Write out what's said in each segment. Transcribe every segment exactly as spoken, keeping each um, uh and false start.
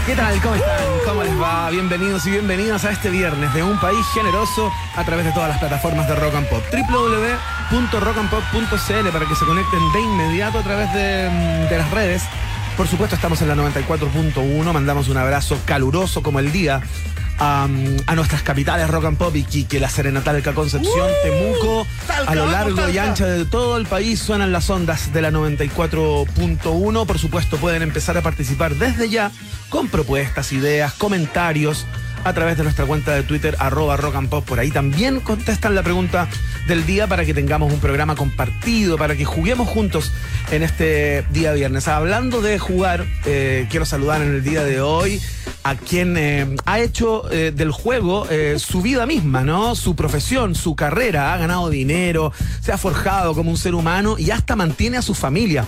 ¿Qué tal? ¿Cómo están? ¿Cómo les va? Bienvenidos y bienvenidas a este viernes de Un País Generoso a través de todas las plataformas de Rock and Pop. doble u doble u doble u punto rock and pop punto c l para que se conecten de inmediato a través de, de las redes. Por supuesto, estamos en la noventa y cuatro punto uno. Mandamos un abrazo caluroso como el día a, a nuestras capitales Rock and Pop, Iquique, La Serena, Talca, Concepción, uh, Temuco. Talca, a lo largo vamos, y ancho de todo el país suenan las ondas de la noventa y cuatro punto uno. Por supuesto, pueden empezar a participar desde ya con propuestas, ideas, comentarios a través de nuestra cuenta de Twitter, arroba Rock and Pop. Por ahí también contestan la pregunta del día para que tengamos un programa compartido, para que juguemos juntos en este día viernes. Hablando de jugar, eh, quiero saludar en el día de hoy a quien eh, ha hecho eh, del juego eh, su vida misma, ¿no? Su profesión, su carrera, ha ganado dinero, se ha forjado como un ser humano y hasta mantiene a su familia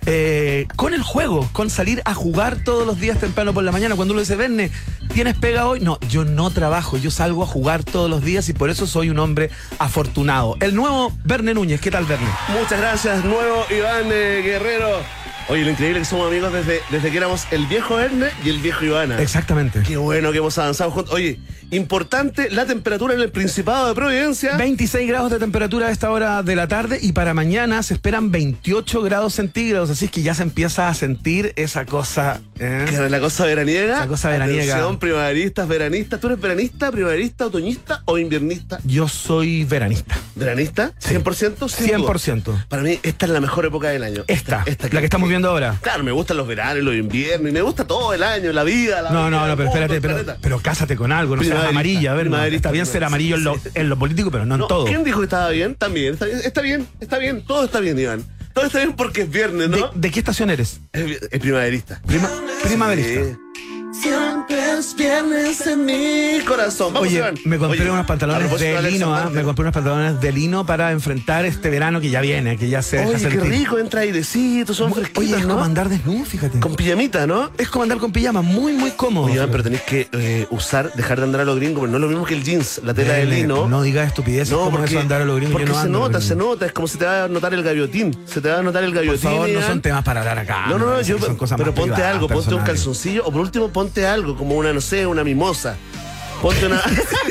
eh, con el juego, con salir a jugar todos los días temprano por la mañana. Cuando uno dice, Verne, ¿tienes pega hoy? No, yo no trabajo, yo salgo a jugar todos los días y por eso soy un hombre afortunado. El nuevo Verne Núñez. ¿Qué tal, Verne? Muchas gracias, nuevo Iván eh, Guerrero. Oye, lo increíble es que somos amigos desde, desde que éramos el viejo Verne y el viejo Ivana. Exactamente. Qué bueno que hemos avanzado juntos. Oye, importante la temperatura en el Principado de Providencia. veintiséis grados de temperatura a esta hora de la tarde y para mañana se esperan veintiocho grados centígrados, así es que ya se empieza a sentir esa cosa... ¿eh? ¿Qué es la cosa veraniega? La cosa veraniega. Atención, primaveristas, veranistas. ¿Tú eres veranista, primaverista, otoñista o invernista? Yo soy veranista. ¿Veranista? Sí. ¿cien por ciento? cien por ciento. Para mí esta es la mejor época del año. Esta, esta, esta la que estamos viendo ahora. Claro, me gustan los veranos, los inviernos, y me gusta todo el año, la vida, la No, vida, no, no, pero todo, espérate, pero, pero cásate con algo, no seas amarilla. A ver, no, está bien ser amarillo en lo, en lo político, pero no en no, todo. ¿Quién dijo que estaba bien? También, está bien, está bien, está bien, todo está bien, Iván. Todo está bien porque es viernes, ¿no? ¿De, de qué estación eres? Es, es primaverista. Prima, primaverista. Sí. Siempre es viernes en mi corazón. Vamos, Oye, Iván. me compré Oye, unos pantalones de lino, ¿ah? Me compré unos pantalones de lino para enfrentar este verano que ya viene, que ya se deja Oye, sentir. qué rico, entra airecito, son fresquitos, Oye, es ¿no? como andar desnudo, fíjate. Con pijamita, ¿no? Es como andar con pijama, muy, muy cómodo. Oye, Iván, pero tenés que eh, usar, dejar de andar a los gringos, porque no es lo mismo que el jeans, la tela de lino. No digas estupideces, No, como porque, eso andar a los gringos. porque yo no se ando, nota, pero... se nota, es como si te va a notar el gaviotín. Se te va a notar el gaviotín. Por favor, no Iván. son temas para hablar acá. No, no, no, yo, son cosas pero más ponte privadas, algo, ponte un personales. calzoncillo, o por último ponte algo, como una, no sé, una mimosa. Ponte una.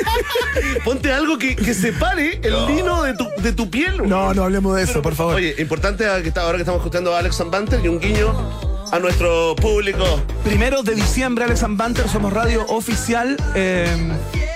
Ponte algo que, que separe el no. lino de tu, de tu piel. No, no hablemos de eso, pero, por favor. Oye, importante que está, ahora que estamos escuchando a Alex and Banter y un guiño a nuestro público. Primero de diciembre, Alex and Banter, somos radio oficial. Eh,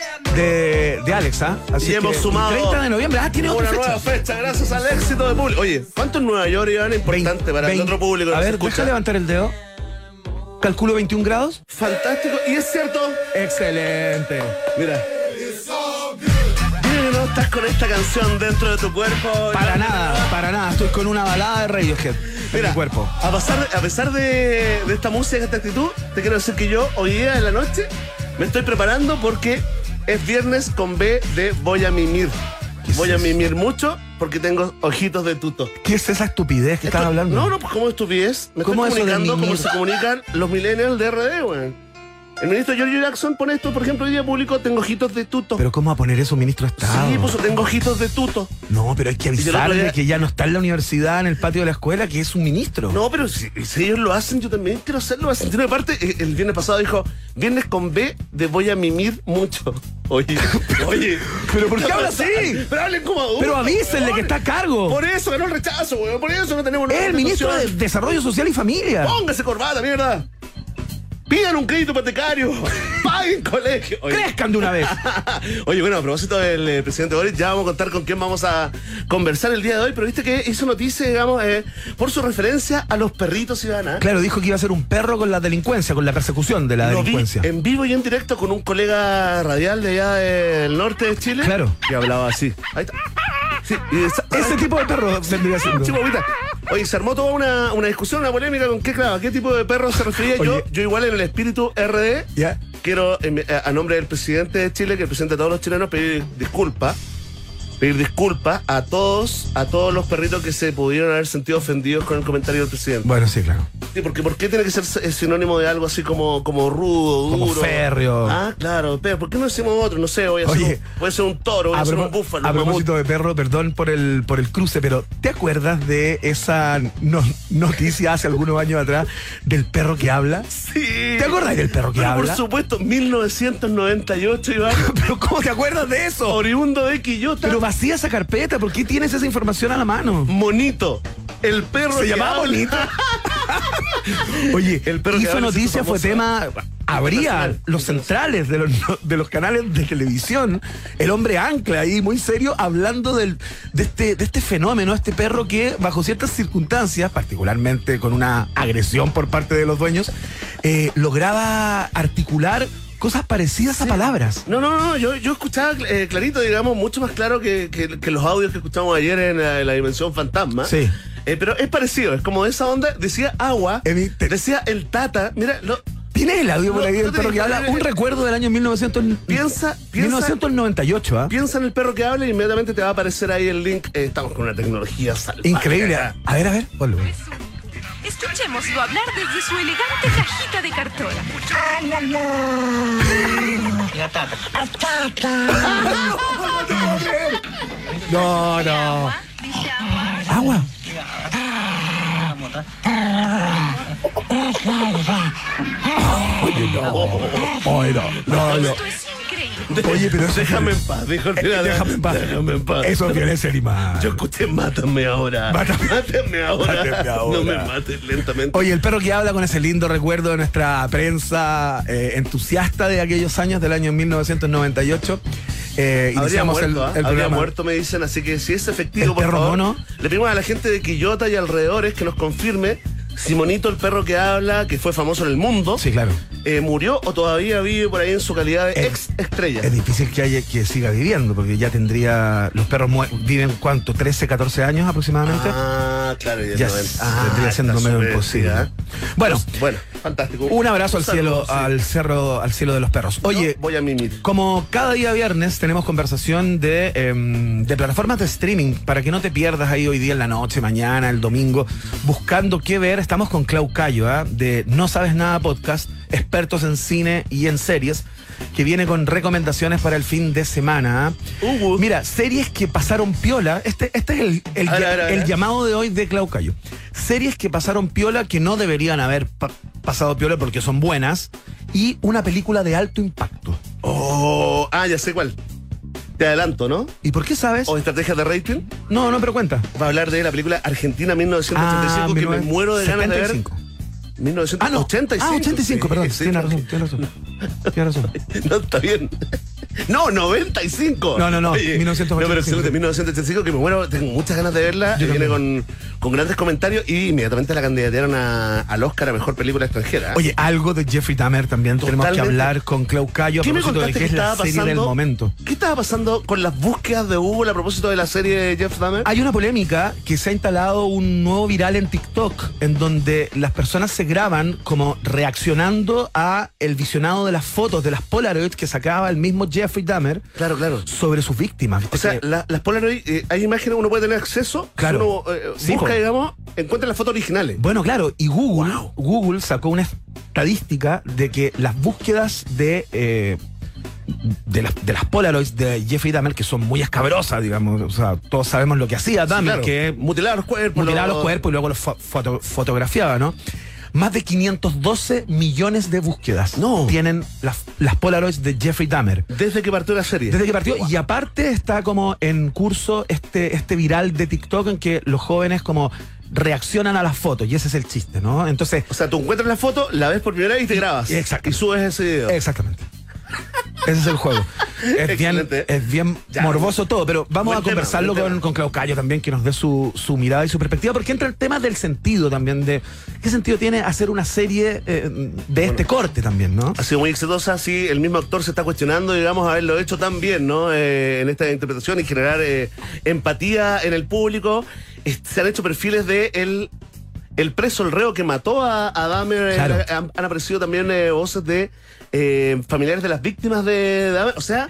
De, de Alexa. ¿ah? Así y hemos sumado treinta de noviembre. Ah, tiene otra una fecha. nueva fecha gracias al éxito del público. Oye, ¿cuánto en Nueva York, Iván? Importante veinte, para veinte, el otro público. A ver, deja levantar el dedo. Calculo veintiún grados. Fantástico. Y es cierto. Excelente. Mira. Dime que no estás con esta canción dentro de tu cuerpo. Para nada, para nada. Estoy con una balada de Radiohead en Mira, mi cuerpo. A pesar, a pesar de, de esta música, esta actitud, te quiero decir que yo hoy día en la noche me estoy preparando porque es viernes con B de voy a mimir. Voy a mimir mucho porque tengo ojitos de tuto. ¿Qué es esa estupidez que Esto, estás hablando? No, no, pues ¿cómo estupidez? Me estoy comunicando como se comunican los millennials de R D, weón. El ministro Giorgio Jackson pone esto, por ejemplo, hoy día público, tengo ojitos de tuto. ¿Pero cómo va a poner eso, ministro de Estado? Sí, pues tengo ojitos de tuto. No, pero hay que avisarle día... que ya no está en la universidad, en el patio de la escuela, que es un ministro. No, pero si, si ellos lo hacen, yo también quiero hacerlo. Tiene aparte, el viernes pasado dijo, viernes con B de voy a mimir mucho. Oye, oye. ¿Pero por qué habla así? Pero hablen como adultos. Pero avísenle que está a cargo. Por eso ganó el rechazo, weón. Por eso no tenemos... Es el ministro de Desarrollo Social y Familia. Póngase corbata, mierda. Pidan un crédito hipotecario. Paguen colegio. Oye. Crezcan de una vez. Oye, bueno, a propósito del eh, presidente Boris, ya vamos a contar con quién vamos a conversar el día de hoy. Pero viste que hizo noticia, digamos, eh, por su referencia a los perritos, Ivana. Claro, dijo que iba a ser un perro con la delincuencia, con la persecución de la Lo delincuencia. Vi en vivo y en directo con un colega radial de allá del norte de Chile. Claro. Que hablaba así. Ahí está. Sí, y esa, ese ay, tipo de perro vendría siendo. Chipopita. Oye, se armó toda una, una discusión, una polémica con qué, claro, a qué tipo de perro se refería. Yo, yo igual en el espíritu R D, yeah. quiero, a, a nombre del presidente de Chile, que representa a todos los chilenos, pedir disculpas pedir disculpas a todos, a todos los perritos que se pudieron haber sentido ofendidos con el comentario del presidente. Bueno, sí, claro. Sí, porque ¿por qué tiene que ser sinónimo de algo así como, como rudo, duro? Como férreo. Ah, claro, pero ¿por qué no decimos otro? No sé, voy a Oye, hacer un, voy a ser un toro, voy a, a ser un búfalo. A propósito de perro, perdón por el, por el cruce, pero ¿te acuerdas de esa no, noticia hace algunos años atrás del perro que habla? Sí. ¿Te acuerdas del perro que pero habla? Por supuesto, mil novecientos noventa y ocho, Iván. ¿Pero cómo te acuerdas de eso? Oriundo de Quillota. Pero vacía esa carpeta, ¿por qué tienes esa información a la mano? Monito, el perro. ¿Se llamaba habla. Monito? Oye, el perro hizo noticia, fue tema. Habría los centrales de los, de los canales de televisión, el hombre ancla ahí muy serio hablando del, de, este, de este fenómeno, este perro que bajo ciertas circunstancias, particularmente con una agresión por parte de los dueños, eh, lograba articular cosas parecidas sí. a palabras. No, no, no, yo, yo escuchaba eh, clarito, digamos, mucho más claro que, que, que los audios que escuchamos ayer en la, en la Dimensión Fantasma. Sí. Eh, pero es parecido, es como de esa onda, decía agua, Evite. decía el tata, mira, lo... ¿Tienes el audio por ahí del perro que habla? Un recuerdo del año mil novecientos... Piensa, piensa, mil novecientos noventa y ocho, ¿ah? ¿eh? Piensa en el perro que habla y inmediatamente te va a aparecer ahí el link. Eh, estamos con una tecnología salvaje. Increíble. A ver, a ver, ponlo. Escuchémoslo hablar desde su elegante cajita de cartón. No, no. Agua. Oye, no. Oye, no. No, no. Esto es increíble. Oye, pero déjame en paz, dijo el final. Déjame en paz. Déjame en paz. Eso es violencia animal. Yo escuché, mátame ahora. Mátame. Mátame ahora. Mátame ahora. No me mates lentamente. Oye, el perro que habla con ese lindo recuerdo de nuestra prensa eh, entusiasta de aquellos años del año mil novecientos noventa y ocho. Eh, Habría muerto, el, ¿eh? el Habría programa. muerto, me dicen, así que si es efectivo, ¿El por perro favor, mono? le pedimos a la gente de Quillota y alrededores que nos confirme si Monito, el perro que habla, que fue famoso en el mundo, Sí, claro. eh, murió o todavía vive por ahí en su calidad de Es- ex estrella. Es difícil que haya que siga viviendo, porque ya tendría. Los perros mue- viven cuánto, trece, catorce años aproximadamente. Ah, claro, ya, ya no s- es- ah, vendría siendo está medio súper, imposible. ¿eh? Bueno, Pues, bueno, fantástico. un abrazo al cielo, Saludos, sí. al cerro, al cielo de los perros. Oye, Yo voy a mimir. como cada día viernes tenemos conversación de, em, de plataformas de streaming para que no te pierdas ahí hoy día en la noche, mañana, el domingo, buscando qué ver. Estamos con Clau Cayo, ¿ah? de No Sabes Nada Podcast, expertos en cine y en series, que viene con recomendaciones para el fin de semana. ¿ah? Uh, Mira, series que pasaron piola. Este, este es el, el, A ver, a ver, a ver. el llamado de hoy de Clau Cayo. Series que pasaron piola, que no deberían haber pa- pasado piola porque son buenas. Y una película de alto impacto. Oh, ah, ya sé cuál. Te adelanto, ¿no? ¿Y por qué sabes? O estrategias de rating. No, no, pero cuenta. Va a hablar de la película Argentina mil novecientos ochenta y cinco, Ah, que me muero de ganas de ver. setenta y cinco. mil novecientos ochenta y cinco. Ah, ochenta y cinco, Sí, perdón. sí, Tienes porque- razón, tienes razón. Tienes razón. No, está bien. No, noventa y cinco. No, no, no, Oye, mil novecientos ochenta y cinco. No, pero excelente, mil novecientos ochenta y cinco, que me muero, tengo muchas ganas de verla. Yo Y viene también. con, con grandes comentarios y inmediatamente la candidataron a- al Oscar a Mejor Película Extranjera. Oye, algo de Jeffrey Dahmer también tenemos que Totalmente. hablar con Clau Cayo a ¿Qué me propósito de contaste que que es la estaba serie del pasando? momento. ¿Qué estaba pasando con las búsquedas de Google a propósito de la serie de Jeff Dahmer? Hay una polémica que se ha instalado un nuevo viral en TikTok en donde las personas se graban como reaccionando a el visionado de las fotos de las Polaroids que sacaba el mismo Jeffrey Dahmer Claro, claro. sobre sus víctimas. ¿viste? O sea, Que- la- las Polaroid, eh, hay imágenes, uno puede tener acceso. Claro. Si uno eh, Sí, busca, po. digamos, encuentra las fotos originales. Bueno, claro, y Google, Wow. Google sacó una estadística de que las búsquedas de, eh, de, las, de las Polaroids de Jeffrey Dahmer, que son muy escabrosas, digamos, o sea, todos sabemos lo que hacía Dahmer, Claro, que mutilaba los cuerpos. mutilaba lo- los cuerpos y luego los fo- foto- fotografiaba, ¿no? Más de quinientos doce millones de búsquedas No. tienen las, las Polaroids de Jeffrey Dahmer. Desde que partió la serie. Desde que partió, Wow. y aparte está como en curso este, este viral de TikTok en que los jóvenes como reaccionan a las fotos, y ese es el chiste, ¿no? Entonces, O sea, tú encuentras la foto, la ves por primera vez y te grabas. Exacto. Y subes ese video. exactamente. Ese es el juego. Es bien, Excelente. es bien Ya. morboso todo, pero vamos Buen a tema, conversarlo buen con, tema. con Clau Cayo también, que nos dé su, su mirada y su perspectiva, porque entra el tema del sentido también, de qué sentido tiene hacer una serie eh, de este corte también, ¿no? Ha sido muy exitosa, sí, el mismo actor se está cuestionando, digamos, haberlo hecho tan bien, ¿no? Eh, en esta interpretación y generar eh, empatía en el público. Eh, se han hecho perfiles de el, el preso, el reo que mató a, a Dahmer. Claro. Eh, han, han aparecido también eh, voces de eh, familiares de las víctimas de Dahmer. O sea,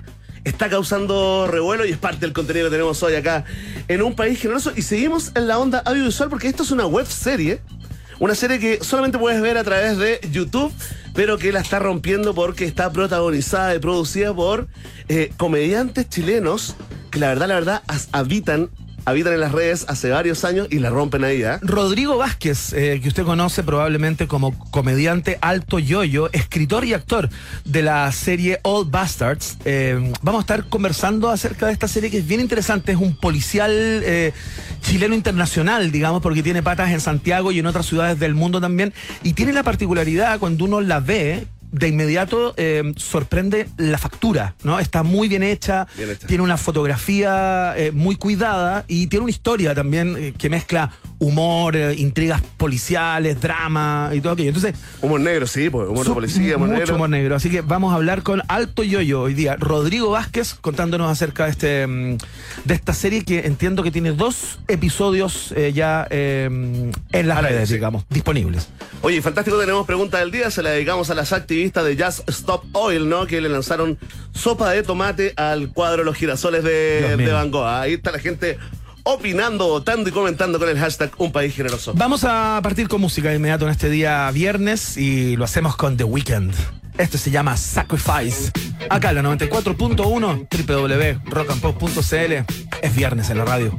está causando revuelo y es parte del contenido que tenemos hoy acá en Un País Generoso. Y seguimos en la onda audiovisual porque esto es una web serie, una serie que solamente puedes ver a través de YouTube, pero que la está rompiendo porque está protagonizada y producida por eh, comediantes chilenos que la verdad, la verdad, as- habitan habitan en las redes hace varios años y la rompen ahí, ¿eh? Rodrigo Vázquez, eh, que usted conoce probablemente como comediante Alto Yoyo, escritor y actor de la serie All Bastards. Eh, vamos a estar conversando acerca de esta serie que es bien interesante. Es un policial eh, chileno internacional, digamos, porque tiene patas en Santiago y en otras ciudades del mundo también. Y tiene la particularidad, cuando uno la ve, de inmediato eh, sorprende la factura, ¿no? Está muy bien hecha, Bien hecha. tiene una fotografía eh, muy cuidada y tiene una historia también eh, que mezcla humor, eh, intrigas policiales, drama y todo aquello. Entonces, Humor negro, sí, pues, humor de su- policía, humor mucho negro. humor negro. Así que vamos a hablar con Alto Yoyo hoy día. Rodrigo Vázquez contándonos acerca de este mm, de esta serie que entiendo que tiene dos episodios eh, ya eh, en las Al aire, redes, sí. digamos, disponibles. Oye, fantástico, tenemos pregunta del día, se la dedicamos a las activistas de Just Stop Oil, ¿no? Que le lanzaron sopa de tomate al cuadro Los Girasoles de, Dios mío. de Van Gogh. Ahí está la gente opinando, votando y comentando con el hashtag Un País Generoso. Vamos a partir con música de inmediato en este día viernes y lo hacemos con The Weeknd. Esto se llama Sacrifice. Acá en la noventa y cuatro punto uno, doble u doble u doble u punto rock and pop punto c l. Es viernes en la radio.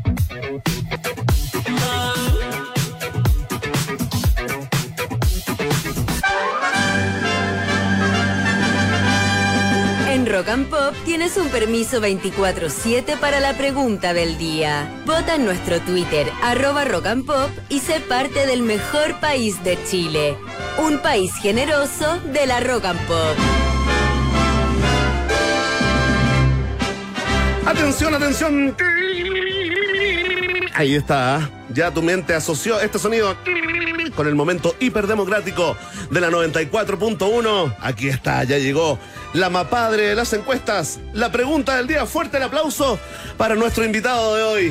En Rock and Pop tienes un permiso veinticuatro siete para la pregunta del día. Vota en nuestro Twitter, arroba Rock and Pop, y sé parte del mejor país de Chile. Un país generoso de la Rock and Pop. Atención, atención. Ahí está. Ya tu mente asoció este sonido con el momento hiperdemocrático de la noventa y cuatro punto uno. Aquí está, ya llegó la mapadre de las encuestas. La pregunta del día. Fuerte el aplauso para nuestro invitado de hoy,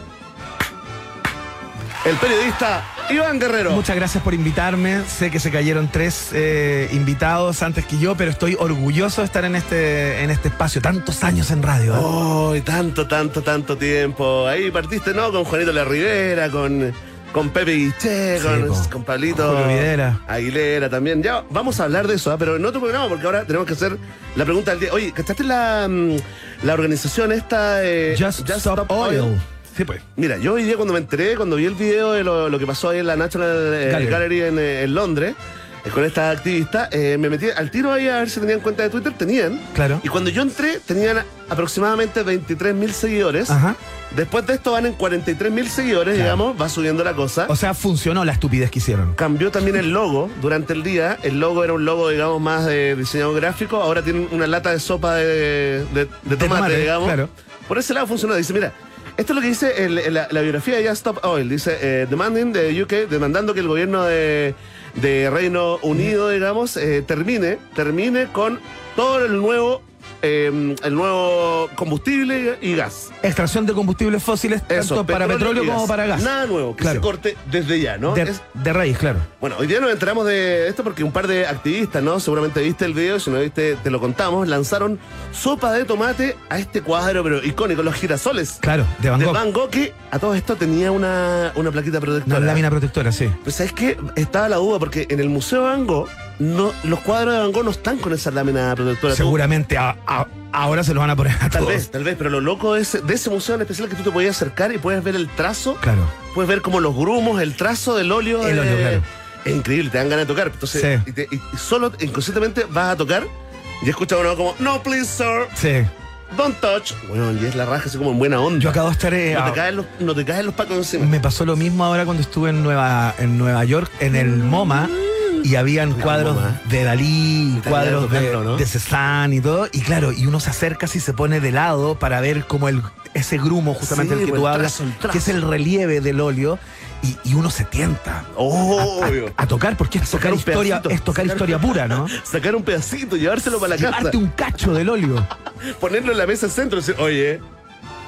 el periodista Iván Guerrero. Muchas gracias por invitarme. Sé que se cayeron tres eh, invitados antes que yo, pero estoy orgulloso de estar en este, en este espacio. Tantos años en radio. ¿eh? Oh, tanto, tanto, tanto tiempo. Ahí partiste, ¿no? Con Juanito La Rivera, con, con Pepe Guiché, Sí, con, po. con Pablito Julio Videla. Aguilera también. Ya vamos a hablar de eso, ¿eh? Pero en otro programa, porque ahora tenemos que hacer la pregunta del día. Oye, ¿cachaste la, mm, la organización esta? Eh, Just, Stop, Oil. Sí, pues. Mira, yo hoy día cuando me enteré, cuando vi el video de lo, lo que pasó ahí en la National eh, Gallery. Gallery en, eh, en Londres, eh, con esta activista, eh, me metí al tiro ahí a ver si tenían cuenta de Twitter. Tenían. Claro. Y cuando yo entré, tenían aproximadamente veintitrés mil seguidores. Ajá. Después de esto van en cuarenta y tres mil seguidores, Claro. digamos, va subiendo la cosa. O sea, funcionó la estupidez que hicieron. Cambió también el logo durante el día. El logo era un logo, digamos, más de diseñador gráfico. Ahora tienen una lata de sopa de, de, de tomate, tomate, digamos. claro. Por ese lado funcionó. Dice, mira, esto es lo que dice el- la, la biografía de Just Stop Oil. Dice, eh, demanding de U K, demandando que el gobierno de, de Reino Unido, digamos, eh, termine, termine con todo el nuevo, eh, el nuevo combustible y gas. Extracción de combustibles fósiles, Eso, tanto para petróleo y como gas. para gas. Nada nuevo, que Claro. se corte desde ya, ¿no? De, Es- de raíz, claro. bueno, hoy día nos enteramos de esto porque un par de activistas, ¿no? Seguramente viste el video, si no viste, te lo contamos. Lanzaron sopa de tomate a este cuadro, pero icónico, Los Girasoles. Claro, de Van De Gogh. Van Gogh, que a todo esto tenía una, una plaquita protectora. Una lámina protectora, sí. Pues ¿sabes qué? Estaba la duda porque en el Museo Van Gogh, no, los cuadros de Van Gogh no están con esa lámina protectora. Tú- Seguramente a- a- ahora se los van a poner a Tal todos. vez, tal vez, pero lo loco de ese, de ese museo en especial es que tú te podías acercar y puedes ver el trazo, Claro. puedes ver como los grumos, el trazo del óleo. El de- óleo, claro. Es increíble, te dan ganas de tocar. Entonces, Sí. y, te- y- y solo inconscientemente vas a tocar y escuchas uno como, no, please, sir, Sí. don't touch. Bueno, y es la raja así como en buena onda. Yo acabo de estar... eh, no, a- te caen los, no te caen los pacos encima. me pasó lo mismo ahora cuando estuve en Nueva, en Nueva York, en el MoMA, y habían La cuadros MoMA. de Dalí, Te cuadros dan ganas de de, tocarlo, ¿no? de Cézanne y todo, y claro, y uno se acerca así, se pone de lado para ver como el, ese grumo justamente Sí, del que pues, tú el hablas, trazo, el trazo. que es el relieve del óleo, y, y uno se tienta a, Obvio. a- a tocar, porque es tocar un historia, pedacito. es tocar Sacar- historia pura, ¿no? Sacar un pedacito, llevárselo para la casa. Llevarte un cacho del óleo. Ponerlo en la mesa al centro y decir, oye,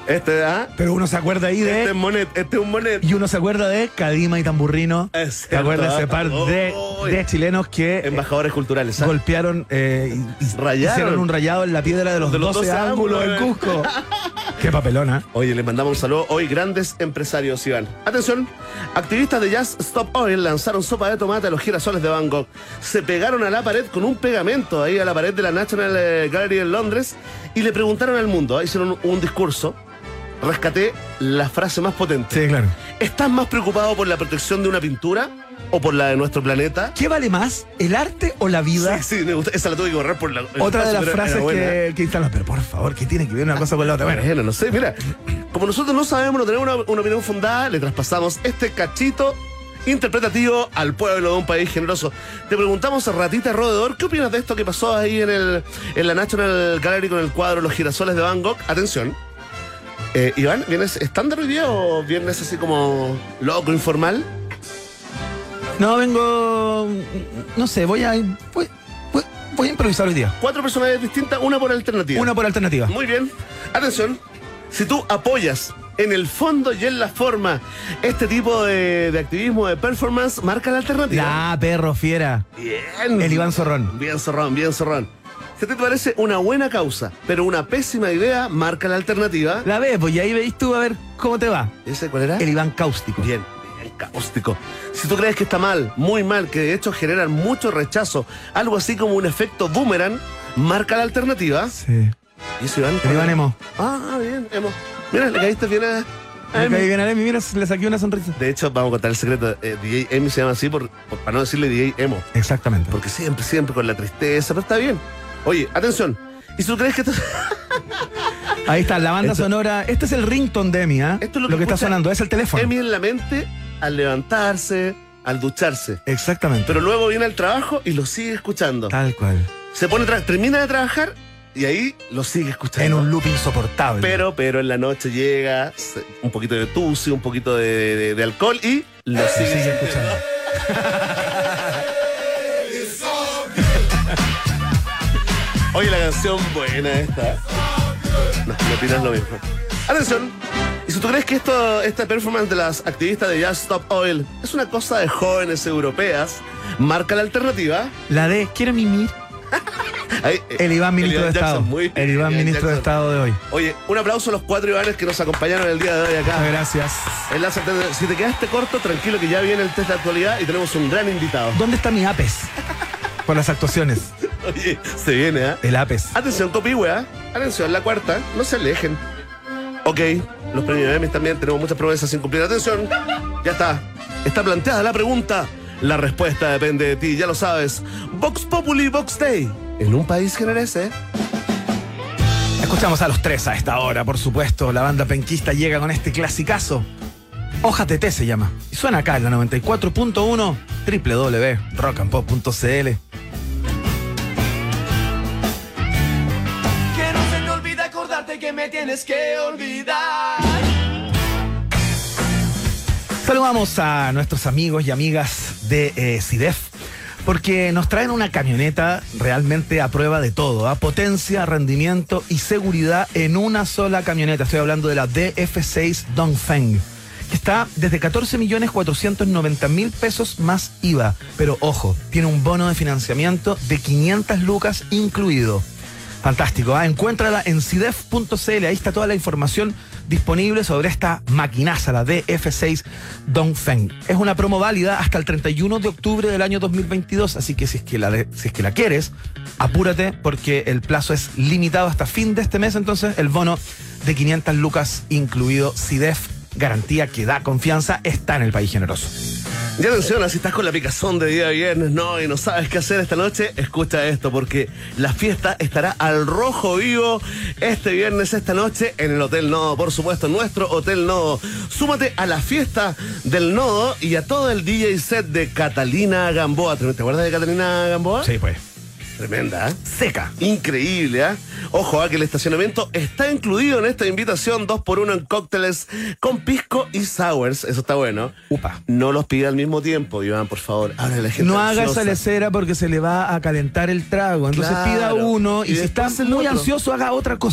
Este, ¿ah? Pero uno se acuerda ahí de... Este es Monet, este es un Monet. Y uno se acuerda de Cadima y Tamburrino. Es ¿Te cierto, acuerdas de ese ¿ah? par de, Oh, de chilenos que eh, Embajadores culturales, ¿ah? golpearon, eh, y, y Rayaron. hicieron un rayado en la piedra de los, De los doce, doce ángulos en ángulos, Cusco? Qué papelona. Oye, les mandamos un saludo. Hoy grandes empresarios, Iván. Atención, activistas de Just Stop Oil lanzaron sopa de tomate a los girasoles de Van Gogh. Se pegaron a la pared con un pegamento ahí a la pared de la National Gallery en Londres y le preguntaron al mundo, hicieron un, un discurso. Rescaté la frase más potente. Sí, claro. ¿Estás más preocupado por la protección de una pintura o por la de nuestro planeta? ¿Qué vale más, el arte o la vida? Sí, sí, me gusta. Esa la tuve que borrar por la... el Otra de espacio, las pero frases era buena. que, que instalan. Pero por favor, ¿qué tiene que ver una cosa con la otra? Bueno, Bueno, no sé, mira, como nosotros no sabemos, no tenemos una, una opinión fundada, le traspasamos este cachito interpretativo al pueblo de un país generoso. Te preguntamos a Ratita Roedor, ¿qué opinas de esto que pasó ahí en, el, en la National Gallery con el cuadro Los girasoles de Van Gogh? Atención. Eh, Iván, ¿vienes estándar hoy día o vienes así como loco, informal? no, vengo... No sé, voy a... Voy, voy, voy a improvisar hoy día. Cuatro personalidades distintas, una por alternativa. Una por alternativa. Muy bien. Atención, si tú apoyas en el fondo y en la forma este tipo de, de activismo, de performance, marca la alternativa. La perro fiera. Bien. El Iván Zorrón. Bien zorrón, bien zorrón. Si a ti te parece una buena causa, pero una pésima idea, marca la alternativa. La ves, pues y ahí veis tú a ver cómo te va. ¿Ese cuál era? El Iván Cáustico. Bien, bien cáustico. Si tú crees que está mal, muy mal, que de hecho generan mucho rechazo, algo así como un efecto boomerang, marca la alternativa. Sí. ¿Y ese Iván? El Iván Emo. Ah, bien, Emo. Mira, le caíste bien a... a Me Emi. caí bien a Emi, mira, le saqué una sonrisa. De hecho, vamos a contar el secreto. Eh, D J Emi se llama así por, por- para no decirle D J Emo. Exactamente. Porque siempre, siempre con la tristeza, pero está bien. Oye, atención. ¿Y si tú crees que esto... Ahí está, la banda Esto- sonora. Este es el ringtone de Emi, ¿ah? Esto es lo, lo que, que está escucha sonando, es el teléfono. Emi en la mente al levantarse, al ducharse. Exactamente. Pero luego viene al trabajo y lo sigue escuchando. Tal cual. Se pone tra- termina de trabajar y ahí lo sigue escuchando. En un loop insoportable. Pero, pero en la noche llega se- un poquito de tusi, un poquito de, de- de alcohol y lo Lo sigue, sigue escuchando. Oye, la canción buena esta. No, no opinas lo mismo. Atención. Y si tú crees que esto, esta performance de las activistas de Just Stop Oil es una cosa de jóvenes europeas, marca la alternativa. La de quiero mimir. Ahí, eh, El Iván ministro de Jackson, Estado. muy bien, El Iván Iván ministro de Jackson. Estado de hoy. Oye, un aplauso a los cuatro Ivanes que nos acompañaron el día de hoy acá. Muchas gracias. En la sartén de- si te quedaste corto, tranquilo que ya viene el test de actualidad y tenemos un gran invitado. ¿Dónde está mi APES? Por las actuaciones. Oye, se viene, ¿ah? El APES. Atención, copihue, atención, la cuarta, no se alejen. Ok, los premios Emmy también, tenemos muchas promesas sin cumplir. Atención, ya está. Está planteada la pregunta. La respuesta depende de ti, ya lo sabes. Vox Populi, Vox Day. En un país generese. Escuchamos a los tres a esta hora, por supuesto. La banda penquista llega con este clasicazo. Hoja T T se llama. Y suena acá en la noventa y cuatro punto uno, doble u doble u doble u punto rock and pop punto c l. Que no se te olvide acordarte que me tienes que olvidar. Saludamos a nuestros amigos y amigas de eh, CIDEF, porque nos traen una camioneta realmente a prueba de todo, ¿ah? Potencia, rendimiento y seguridad en una sola camioneta. Estoy hablando de la D F seis Dongfeng, que está desde catorce millones cuatrocientos noventa mil pesos más I V A. Pero ojo, tiene un bono de financiamiento de quinientas lucas incluido. Fantástico, ¿eh? Encuéntrala en cidef punto c l, ahí está toda la información disponible sobre esta maquinaza, la D F seis Dongfeng. Es una promo válida hasta el treinta y uno de octubre del año dos mil veintidós, así que si es que la, de, si es que la quieres, apúrate porque el plazo es limitado hasta fin de este mes, entonces el bono de quinientas lucas incluido. CIDEF, garantía que da confianza, está en el país generoso. Y atención, si estás con la picazón de día viernes, no, y no sabes qué hacer esta noche, escucha esto, porque la fiesta estará al rojo vivo este viernes, esta noche, en el Hotel Nodo, por supuesto, nuestro Hotel Nodo. Súmate a la fiesta del Nodo y a todo el D J set de Catalina Gamboa. ¿Te acuerdas de Catalina Gamboa? Sí, pues. Tremenda, ¿eh? Seca. Increíble, ¿eh? Ojo, ¿eh? Que el estacionamiento está incluido en esta invitación dos por uno en cócteles con pisco y sours. Eso está bueno. Upa. No los pida al mismo tiempo, Iván, por favor. Ahora la gente No haga ansiosa. esa lecera porque se le va a calentar el trago. Entonces Claro. pida uno y, Y si está después el muy otro. ansioso, haga otra cosa.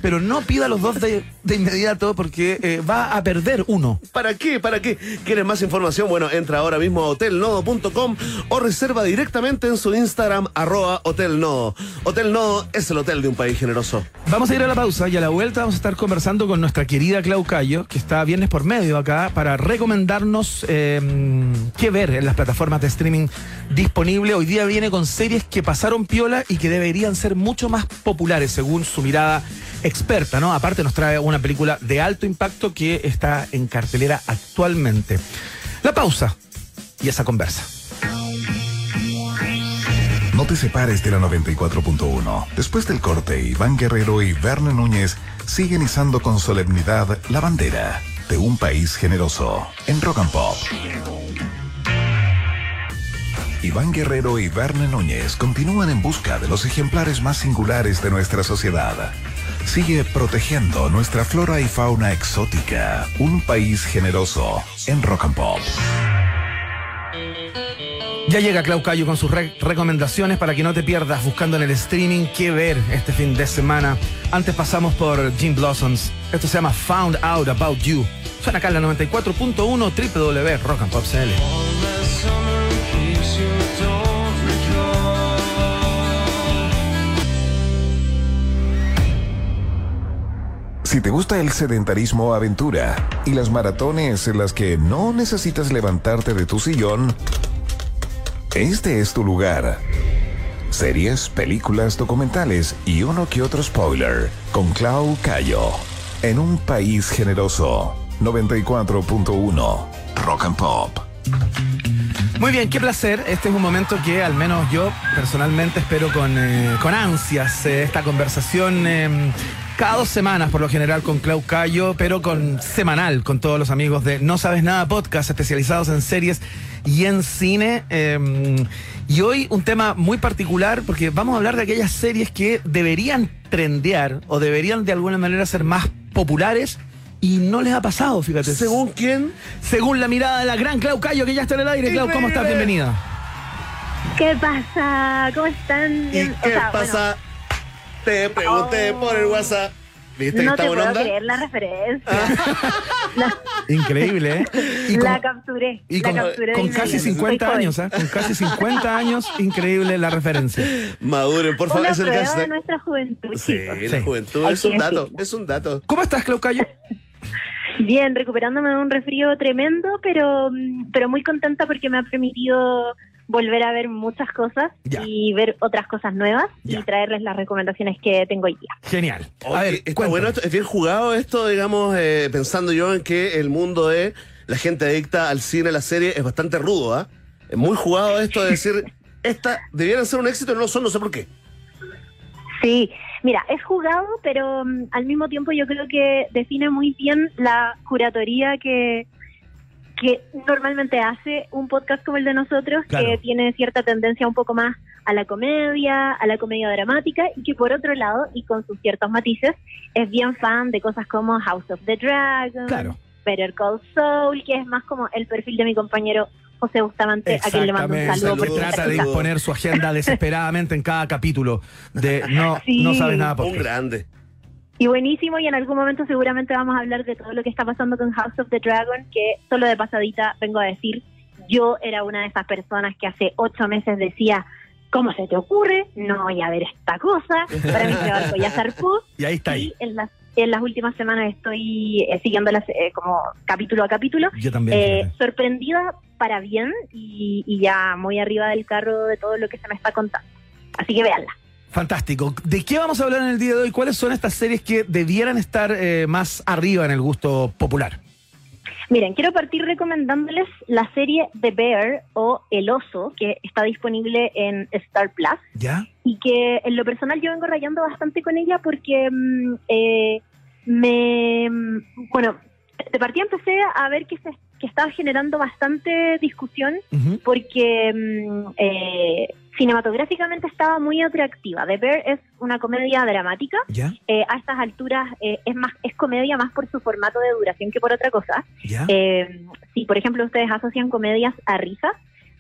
pero no pida los dos de, de inmediato porque eh, va a perder uno. ¿Para qué? ¿Para qué? ¿Quieres más información? Bueno, entra ahora mismo a hotel nodo punto com o reserva directamente en su Instagram, arroba Hotel Nodo. Hotel Nodo es el hotel de un país generoso. Vamos a ir a la pausa y a la vuelta vamos a estar conversando con nuestra querida Clau Cayo, que está viernes por medio acá, para recomendarnos eh, qué ver en las plataformas de streaming disponibles. Hoy día viene con series que pasaron piola y que deberían ser mucho más populares según su mirada experta, ¿no? Aparte nos trae una película de alto impacto que está en cartelera actualmente. La pausa y esa conversa. No te separes de la noventa y cuatro punto uno. Después del corte, Iván Guerrero y Verne Núñez siguen izando con solemnidad la bandera de un país generoso en Rock and Pop. Iván Guerrero y Verne Núñez continúan en busca de los ejemplares más singulares de nuestra sociedad. Sigue protegiendo nuestra flora y fauna exótica. Un país generoso en Rock and Pop. Ya llega Clau Cayo con sus re recomendaciones para que no te pierdas buscando en el streaming qué ver este fin de semana. Antes pasamos por Gin Blossoms. Esto se llama Found Out About You. Suena acá en la noventa y cuatro punto uno doble u doble u doble u punto rock and pop punto c l. Si te gusta el sedentarismo aventura y las maratones en las que no necesitas levantarte de tu sillón, este es tu lugar. Series, películas, documentales y uno que otro spoiler con Clau Cayo. En un país generoso. noventa y cuatro punto uno Rock and Pop. Muy bien, qué placer. Este es un momento que al menos yo personalmente espero con, eh, con ansias. Eh, esta conversación eh, cada dos semanas por lo general con Clau Cayo, pero con semanal con todos los amigos de No Sabes Nada Podcast, especializados en series y en cine. Eh, y hoy un tema muy particular porque vamos a hablar de aquellas series que deberían trendear o deberían de alguna manera ser más populares. Y no les ha pasado, fíjate. ¿Según quién? Según la mirada de la gran Clau Cayo, que ya está en el aire. Clau, ¿cómo estás? Bienvenida. ¿Qué pasa? ¿Cómo están? ¿Y qué o sea, pasa? Bueno, te pregunté oh, por el WhatsApp. ¿Viste no que está te buena puedo onda? creer la referencia. la, Increíble, ¿eh? Y la con, capturé. Y la con, capturé con casi cincuenta años, ¿eh? Con casi cincuenta años, increíble la referencia. Maduren, por favor. Una es el prueba caso. de nuestra juventud, Sí, chicos. la Sí. juventud Hay es un que dato, decirlo. es un dato. ¿Cómo estás, Clau Cayo? Bien, recuperándome de un resfrío tremendo, pero, pero muy contenta porque me ha permitido volver a ver muchas cosas Ya. y ver otras cosas nuevas Ya. y traerles las recomendaciones que tengo hoy día. Genial. Oye, A ver, está cuéntame. bueno, esto, es bien jugado esto, digamos, eh, pensando yo en que el mundo de la gente adicta al cine, a la serie, es bastante rudo, ¿ah? Es muy jugado esto de decir, esta debieran ser un éxito y no lo son, no sé por qué. Sí, mira, es jugado, pero um, al mismo tiempo yo creo que define muy bien la curatoría que, que normalmente hace un podcast como el de nosotros, Claro. que tiene cierta tendencia un poco más a la comedia, a la comedia dramática, y que por otro lado, y con sus ciertos matices, es bien fan de cosas como House of the Dragon, Claro. Better Call Saul, que es más como el perfil de mi compañero José Bustamante, a quien le mando un Exactamente. saludo. Saludos, porque Trata está de saludos. imponer su agenda desesperadamente en cada capítulo de No, Sí. no Sabes Nada Un Podcast. grande. Y buenísimo, y en algún momento seguramente vamos a hablar de todo lo que está pasando con House of the Dragon, que solo de pasadita vengo a decir, yo era una de esas personas que hace ocho meses decía, ¿cómo se te ocurre? No voy a ver esta cosa, para mí se barco ya zarpó, Y ahí está ahí. y en las, en las últimas semanas estoy eh, siguiéndolas eh, como capítulo a capítulo, Yo también. eh, fíjate. sorprendida para bien, y, y ya muy arriba del carro de todo lo que se me está contando. Así que véanla. Fantástico. ¿De qué vamos a hablar en el día de hoy? ¿Cuáles son estas series que debieran estar eh, más arriba en el gusto popular? Miren, quiero partir recomendándoles la serie The Bear o El Oso, que está disponible en Star Plus, ¿Ya? y que en lo personal yo vengo rayando bastante con ella porque mm, eh, me... Bueno, de partida empecé a ver que, se, que estaba generando bastante discusión Ujú. porque mm, eh, cinematográficamente estaba muy atractiva. The Bear es una comedia dramática. ¿Ya? Eh, a estas alturas eh, es más es comedia más por su formato de duración que por otra cosa. ¿Ya? Eh, si, por ejemplo, ustedes asocian comedias a risas,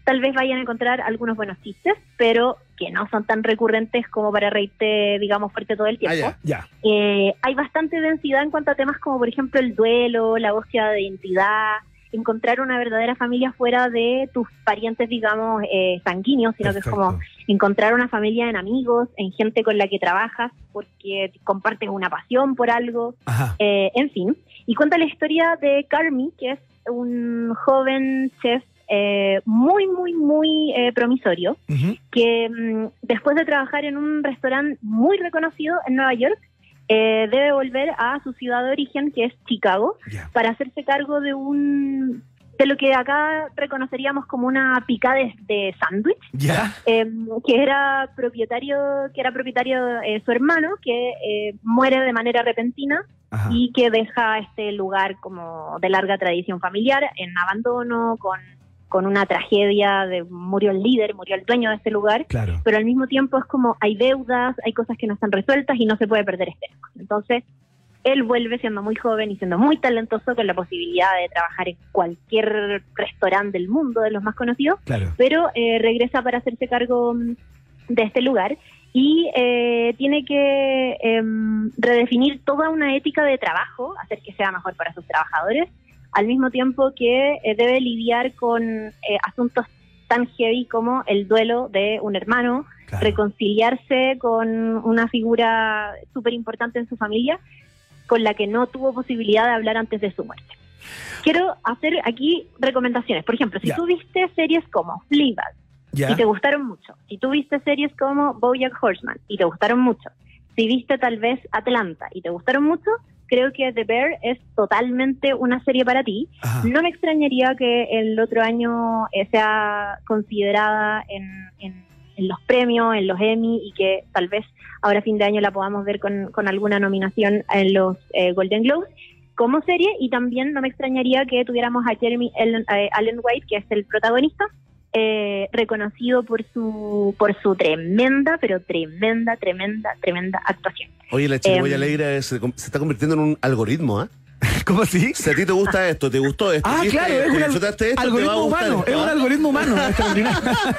tal vez vayan a encontrar algunos buenos chistes, pero que no son tan recurrentes como para reírte, digamos, fuerte todo el tiempo. Ah, ya, ya. Eh, hay bastante densidad en cuanto a temas como, por ejemplo, el duelo, la búsqueda de identidad, encontrar una verdadera familia fuera de tus parientes, digamos, eh, sanguíneos, sino Perfecto. que es como encontrar una familia en amigos, en gente con la que trabajas, porque compartes una pasión por algo, Ajá. eh, en fin. Y cuenta la historia de Carmi, que es un joven chef eh, muy, muy, muy eh, promisorio, Ujú. que mm, después de trabajar en un restaurante muy reconocido en Nueva York, eh, debe volver a su ciudad de origen, que es Chicago, Ya. para hacerse cargo de un de lo que acá reconoceríamos como una picada de, de sándwich, Ya. eh, que era propietario, que era propietario eh, su hermano, que eh, muere de manera repentina Ajá. y que deja este lugar como de larga tradición familiar en abandono, con, con una tragedia de murió el líder, murió el dueño de este lugar, Claro. pero al mismo tiempo es como hay deudas, hay cosas que no están resueltas y no se puede perder este negocio. Entonces, él vuelve siendo muy joven y siendo muy talentoso, con la posibilidad de trabajar en cualquier restaurante del mundo, de los más conocidos, Claro. pero eh, regresa para hacerse cargo mm, de este lugar y eh, tiene que eh, redefinir toda una ética de trabajo, hacer que sea mejor para sus trabajadores, al mismo tiempo que eh, debe lidiar con eh, asuntos tan heavy como el duelo de un hermano, Claro. reconciliarse con una figura súper importante en su familia, con la que no tuvo posibilidad de hablar antes de su muerte. Quiero hacer aquí recomendaciones. Por ejemplo, si Ya. tú viste series como Fleabag Ya. y te gustaron mucho, si tú viste series como BoJack Horseman y te gustaron mucho, si viste tal vez Atlanta y te gustaron mucho, creo que The Bear es totalmente una serie para ti. Ajá. No me extrañaría que el otro año eh, sea considerada en, en, en los premios, en los Emmy, y que tal vez ahora a fin de año la podamos ver con, con alguna nominación en los eh, Golden Globes como serie. Y también no me extrañaría que tuviéramos a Jeremy Allen, eh, Allen White, que es el protagonista, eh, reconocido por su por su tremenda, pero tremenda, tremenda, tremenda actuación. Oye, la chirimoya Em, alegre se, se está convirtiendo en un algoritmo, ¿ah? ¿Cómo así? Si a ti te gusta esto, te gustó esto, Ah, ¿viste? claro, es un al- disfrutaste esto, te va a algoritmo gustar humano, esto, es un ¿ah? algoritmo humano. extraordinario.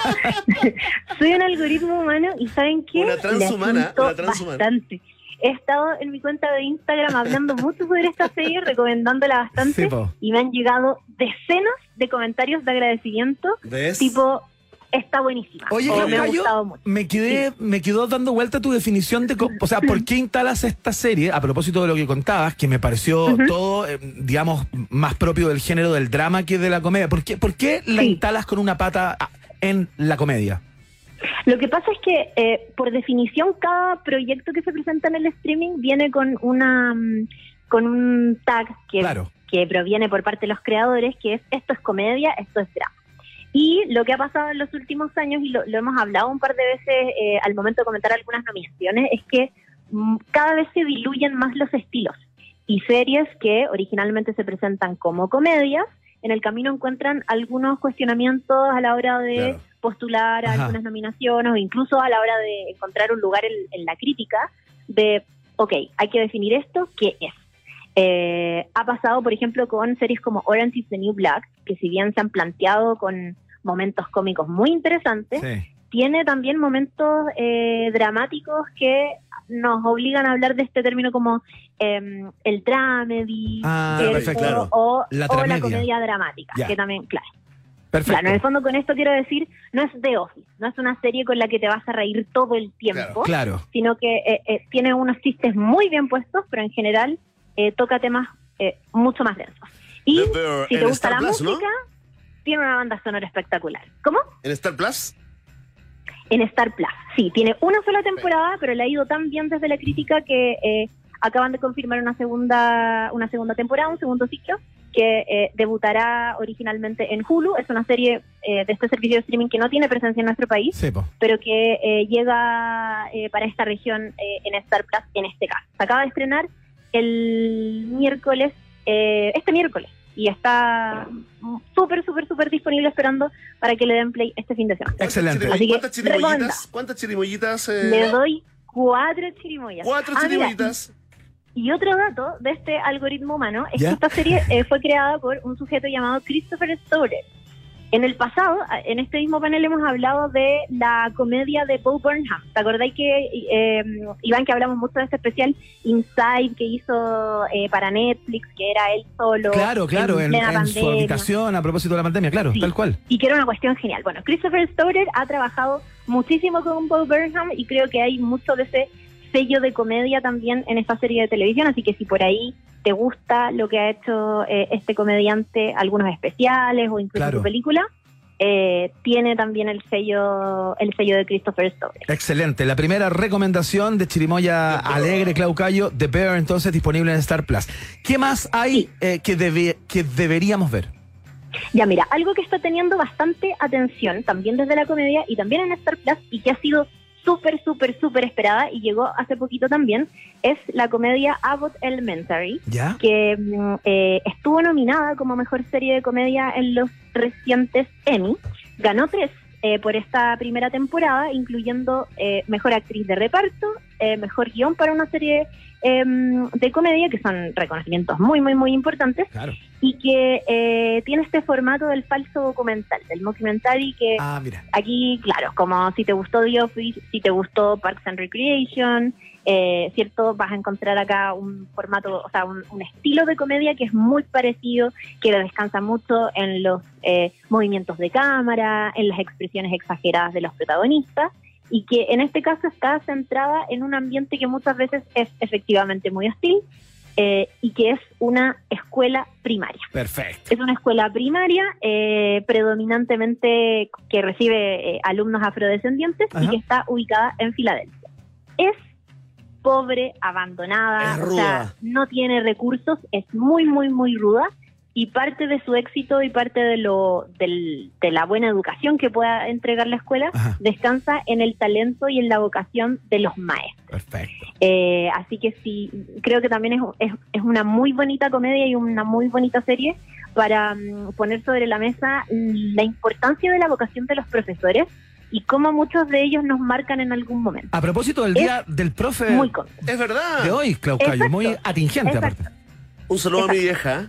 Soy un algoritmo humano y ¿saben qué? Una transhumana, Le apunto una transhumana. bastante. He estado en mi cuenta de Instagram hablando mucho sobre esta serie, recomendándola bastante, Sí, po. y me han llegado decenas de comentarios de agradecimiento, ¿Ves? tipo, está buenísima, Oye, o me ha Claudia, yo gustado mucho. me quedé, me quedó dando vuelta tu definición de, co- o sea, ¿por qué instalas esta serie? A propósito de lo que contabas, que me pareció Ujú. todo, eh, digamos, más propio del género del drama que de la comedia. ¿Por qué, por qué la Sí. instalas con una pata ah, en la comedia? Lo que pasa es que, eh, por definición, cada proyecto que se presenta en el streaming viene con una mm, con un tag que, Claro. que proviene por parte de los creadores, que es esto es comedia, esto es drama. Y lo que ha pasado en los últimos años, y lo, lo hemos hablado un par de veces eh, al momento de comentar algunas nominaciones, es que mm, cada vez se diluyen más los estilos. Y series que originalmente se presentan como comedias, en el camino encuentran algunos cuestionamientos a la hora de Claro. postular a Ajá. algunas nominaciones, o incluso a la hora de encontrar un lugar en, en la crítica, de, ok, hay que definir esto, ¿qué es? Eh, ha pasado, por ejemplo, con series como Orange is the New Black, que si bien se han planteado con momentos cómicos muy interesantes, Sí. tiene también momentos eh, dramáticos que nos obligan a hablar de este término como eh, el dramedy, Ah, ¿cierto? perfecto, claro. o, La o la tramedia. comedia dramática, Ya. que también, claro. Perfecto. Claro, en el fondo con esto quiero decir, no es The Office, no es una serie con la que te vas a reír todo el tiempo, Claro. sino que eh, eh, tiene unos chistes muy bien puestos, pero en general eh, toca temas eh, mucho más densos. Y The Bear si te en gusta Star la Plus, ¿no? música, tiene una banda sonora espectacular. ¿Cómo? ¿En Star Plus? En Star Plus. Sí, tiene una sola temporada, pero le ha ido tan bien desde la crítica que eh, acaban de confirmar una segunda una segunda temporada, un segundo ciclo, que eh, debutará originalmente en Hulu. Es una serie eh, de este servicio de streaming que no tiene presencia en nuestro país, Sí, po. pero que eh, llega eh, para esta región eh, en Star Plus en este caso. Se acaba de estrenar el miércoles, eh, este miércoles, y está súper, súper, súper disponible esperando para que le den play este fin de semana. Excelente. ¿Cuántas Así que, chirimo- ¿Cuántas chirimollitas? recomendada. ¿Cuántas chirimollitas? eh? Le doy cuatro chirimoyas. Cuatro Ah, mira, chirimollitas. y otro dato de este algoritmo humano es ¿Ya? que esta serie eh, fue creada por un sujeto llamado Christopher Stoller, En el pasado, en este mismo panel hemos hablado de la comedia de Bo Burnham. ¿Te acordáis que, eh, Iván, que hablamos mucho de este especial Inside que hizo eh, para Netflix, que era él solo? Claro, claro, en, plena en su pandemia. habitación a propósito de la pandemia, claro, Sí, tal cual. y que era una cuestión genial. Bueno, Christopher Storer ha trabajado muchísimo con Bo Burnham y creo que hay mucho de ese sello de comedia también en esta serie de televisión, así que si por ahí te gusta lo que ha hecho eh, este comediante, algunos especiales o incluso Claro. su película, eh, tiene también el sello el sello de Christopher Storer. Excelente. La primera recomendación de Chirimoya Alegre, Clau Cayo, The Bear, entonces disponible en Star Plus. ¿Qué más hay eh, que, debe, que deberíamos ver? Ya, mira, algo que está teniendo bastante atención, también desde la comedia y también en Star Plus, y que ha sido súper, súper, súper esperada y llegó hace poquito también, es la comedia Abbott Elementary, ¿Ya? que mm, eh, estuvo nominada como mejor serie de comedia en los recientes Emmy. Ganó tres eh, por esta primera temporada, incluyendo eh, mejor actriz de reparto, eh, mejor guión para una serie eh, de comedia, que son reconocimientos muy, muy, muy importantes, Claro. y que eh, tiene este formato del falso documental, del mockumentary, que Ah, mira. aquí, claro, como si te gustó The Office, si te gustó Parks and Recreation, eh, cierto, vas a encontrar acá un formato, o sea, un, un estilo de comedia que es muy parecido, que descansa mucho en los eh, movimientos de cámara, en las expresiones exageradas de los protagonistas, y que en este caso está centrada en un ambiente que muchas veces es efectivamente muy hostil, eh, y que es una escuela primaria. Perfecto. Es una escuela primaria eh, predominantemente que recibe eh, alumnos afrodescendientes. Ajá. Y que está ubicada en Filadelfia. Es pobre, abandonada, Es o ruda. sea, no tiene recursos, es muy, muy, muy ruda, y parte de su éxito y parte de lo del, de la buena educación que pueda entregar la escuela Ajá. descansa en el talento y en la vocación de los maestros. Perfecto. Eh, así que sí, creo que también es, es, es una muy bonita comedia y una muy bonita serie para um, poner sobre la mesa la importancia de la vocación de los profesores y cómo muchos de ellos nos marcan en algún momento. A propósito del día del profe Muy cómico. Es verdad. de hoy, Clau Cayo, Exacto. muy atingente Exacto. aparte. Un saludo a mi vieja.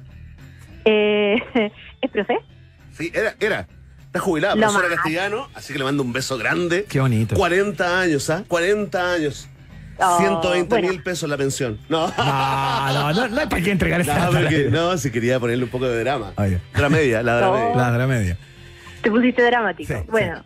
Eh, ¿Es profe? Sí, era, era. Está jubilada, Lo profesora más. castellano, así que le mando un beso grande. Qué bonito. cuarenta años, ¿ah? cuarenta años. Oh, ciento veinte mil bueno. pesos la pensión. No. No, no, no, no hay para qué entregar esa No, data al porque- aire. no, si quería ponerle un poco de drama. Oye. Dramedia, la No. dramedia. La de la media. Te pusiste dramático. Sí, bueno,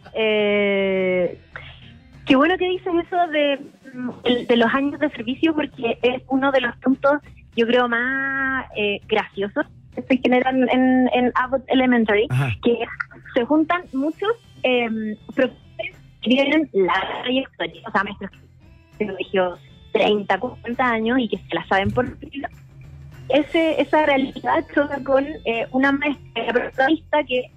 eh, qué bueno que dices eso de, de los años de servicio, porque es uno de los puntos, yo creo, más eh, graciosos que se generan en, en Abbott Elementary, Ajá. que se juntan muchos eh, profesores que tienen la trayectoria, o sea, maestros que han colegio treinta, cuarenta años y que se la saben por libro. Ese, esa realidad choca con eh, una maestra protagonista que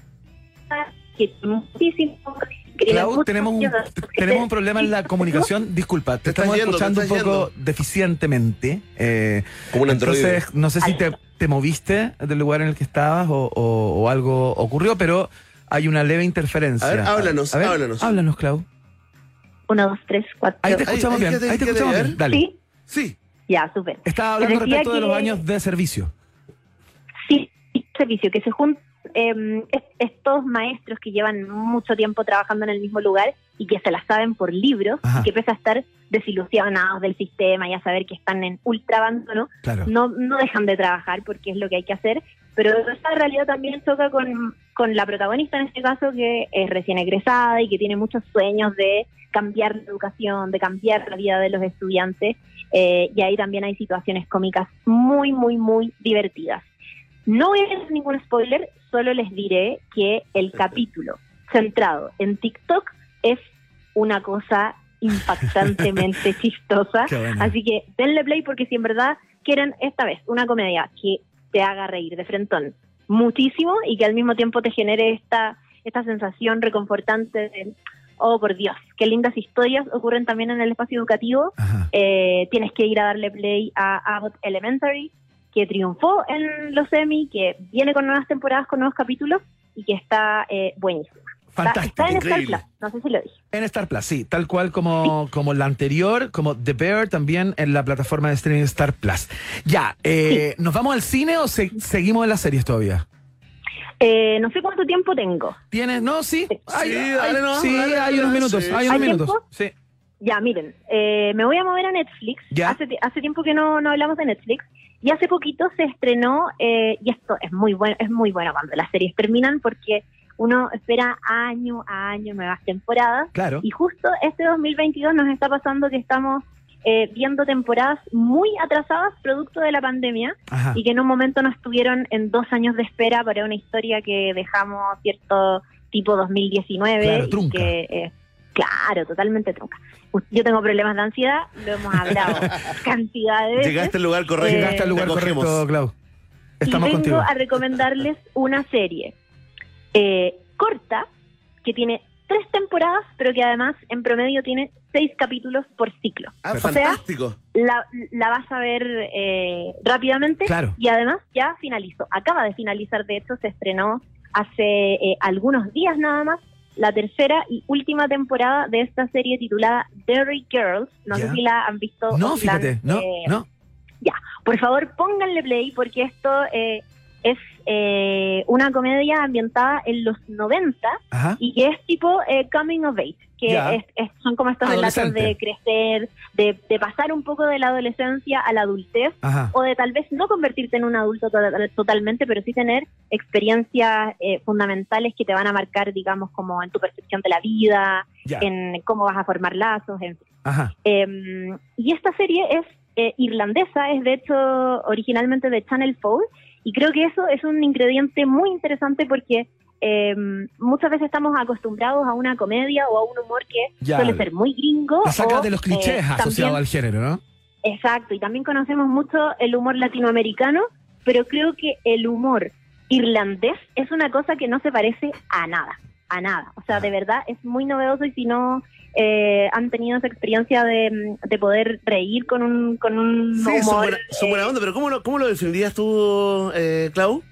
que muchísimo que tiene Clau, muchos tenemos un, años de- tenemos un problema en la comunicación. Disculpa, te Te estás estamos yendo, escuchando te un estás poco yendo. deficientemente. Eh, Como un androide. entonces, no sé si te, te moviste del lugar en el que estabas o, o- o algo ocurrió, pero hay una leve interferencia. A ver, háblanos, A ver, háblanos. Háblanos, Clau. Uno, dos, tres, cuatro. Ahí te Ahí- escuchamos ahí bien. quédate, Ahí te quédate, escuchamos a ver. bien. Dale. Sí, Sí. ya, súper. Estaba hablando Decía respecto de los que- años de servicio. Sí, servicio, que se juntan eh, es- estos maestros que llevan mucho tiempo trabajando en el mismo lugar y que se la saben por libros, Ajá. y que pese a estar desilusionados del sistema y a saber que están en ultra abandono, Claro. no, no dejan de trabajar porque es lo que hay que hacer, pero esa realidad también choca con, con la protagonista en este caso, que es recién egresada y que tiene muchos sueños de cambiar la educación, de cambiar la vida de los estudiantes, eh, y ahí también hay situaciones cómicas muy, muy, muy divertidas. No voy a hacer ningún spoiler, solo les diré que el capítulo centrado en TikTok es una cosa impactantemente chistosa. Qué bueno. Así que denle play, porque si en verdad quieren esta vez una comedia que te haga reír de frentón muchísimo y que al mismo tiempo te genere esta, esta sensación reconfortante de, oh por Dios, qué lindas historias ocurren también en el espacio educativo, Ajá. eh, tienes que ir a darle play a Abbott Elementary, que triunfó en los Emmy, que viene con nuevas temporadas, con nuevos capítulos y que está eh, buenísima. Está, Fantástico. está en Star increíble. Plus, no sé si lo dije. En Star Plus, sí, tal cual como, como la anterior, como The Bear, también en la plataforma de streaming Star Plus. Ya, eh, ¿nos vamos al cine o se- seguimos en las series todavía? Eh, no sé cuánto tiempo tengo. ¿Tienes? No, sí. Hay, Sí, hay- dale, no, sí, dale, hay unos dale, minutos. sí. Hay unos ¿Hay minutos. tiempo? Sí. Ya, miren, eh, me voy a mover a Netflix. Ya. Hace, ti- hace tiempo que no, no hablamos de Netflix. Y hace poquito se estrenó, eh, y esto es muy bueno, es muy bueno cuando las series terminan porque uno espera año a año nuevas temporadas. Claro. Y justo este dos mil veintidós nos está pasando que estamos eh, viendo temporadas muy atrasadas producto de la pandemia Ajá. y que en un momento nos tuvieron en dos años de espera para una historia que dejamos cierto tipo dos mil diecinueve. Claro, y trunca. que, eh, claro, totalmente trunca. Yo tengo problemas de ansiedad, lo hemos hablado cantidad de veces. Llegaste al lugar correcto. Eh, Llegaste al lugar te acogemos. correcto, Clau. Y Estamos vengo contigo. a recomendarles una serie eh, corta que tiene tres temporadas, pero que además en promedio tiene seis capítulos por ciclo. Ah, O sea, fantástico. la, la vas a ver eh, rápidamente Claro. y además ya finalizó. Acaba de finalizar, de hecho, se estrenó hace eh, algunos días nada más la tercera y última temporada de esta serie titulada Derry Girls. No Ya. sé si la han visto. No, o si la han, fíjate. No, eh, no. Ya, por favor pónganle play porque esto eh, es eh, una comedia ambientada en los noventa Ajá. y que es tipo eh, coming of age, que Ya. es- es- son como estos relatos Adolescente. de crecer, de, de pasar un poco de la adolescencia a la adultez, Ajá. o de tal vez no convertirte en un adulto to- totalmente, pero sí tener experiencias eh, fundamentales que te van a marcar, digamos, como en tu percepción de la vida, Ya. en cómo vas a formar lazos, en fin. Ajá. Eh, y esta serie es eh, irlandesa, es de hecho originalmente de Channel cuatro, y creo que eso es un ingrediente muy interesante porque eh, muchas veces estamos acostumbrados a una comedia o a un humor que Ya. suele ser muy gringo. Te saca o, de los clichés eh, asociados también- al género, ¿no? Exacto, y también conocemos mucho el humor latinoamericano, pero creo que el humor irlandés es una cosa que no se parece a nada, a nada. O sea, de verdad es muy novedoso y si no eh, han tenido esa experiencia de, de poder reír con un, con un Sí, son humor... buena, son buena eh, onda, pero ¿cómo lo, cómo lo definirías tú, eh, Clau?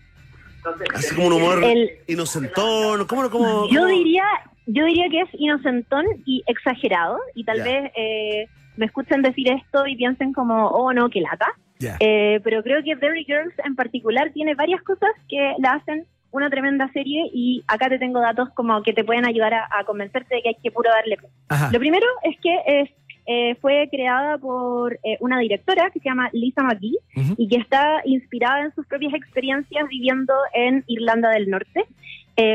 Así como un humor el- inocentón, ¿cómo lo cómo, Yo cómo- diría, yo diría que es inocentón y exagerado, y tal Ya. vez eh, me escuchen decir esto y piensen como, oh no, qué lata. Ya. Eh, pero creo que Derry Girls en particular tiene varias cosas que la hacen una tremenda serie y acá te tengo datos como que te pueden ayudar a, a convencerte de que hay que puro darle play. Ajá. Lo primero es que es, eh, fue creada por eh, una directora que se llama Lisa McGee Ujú. y que está inspirada en sus propias experiencias viviendo en Irlanda del Norte eh,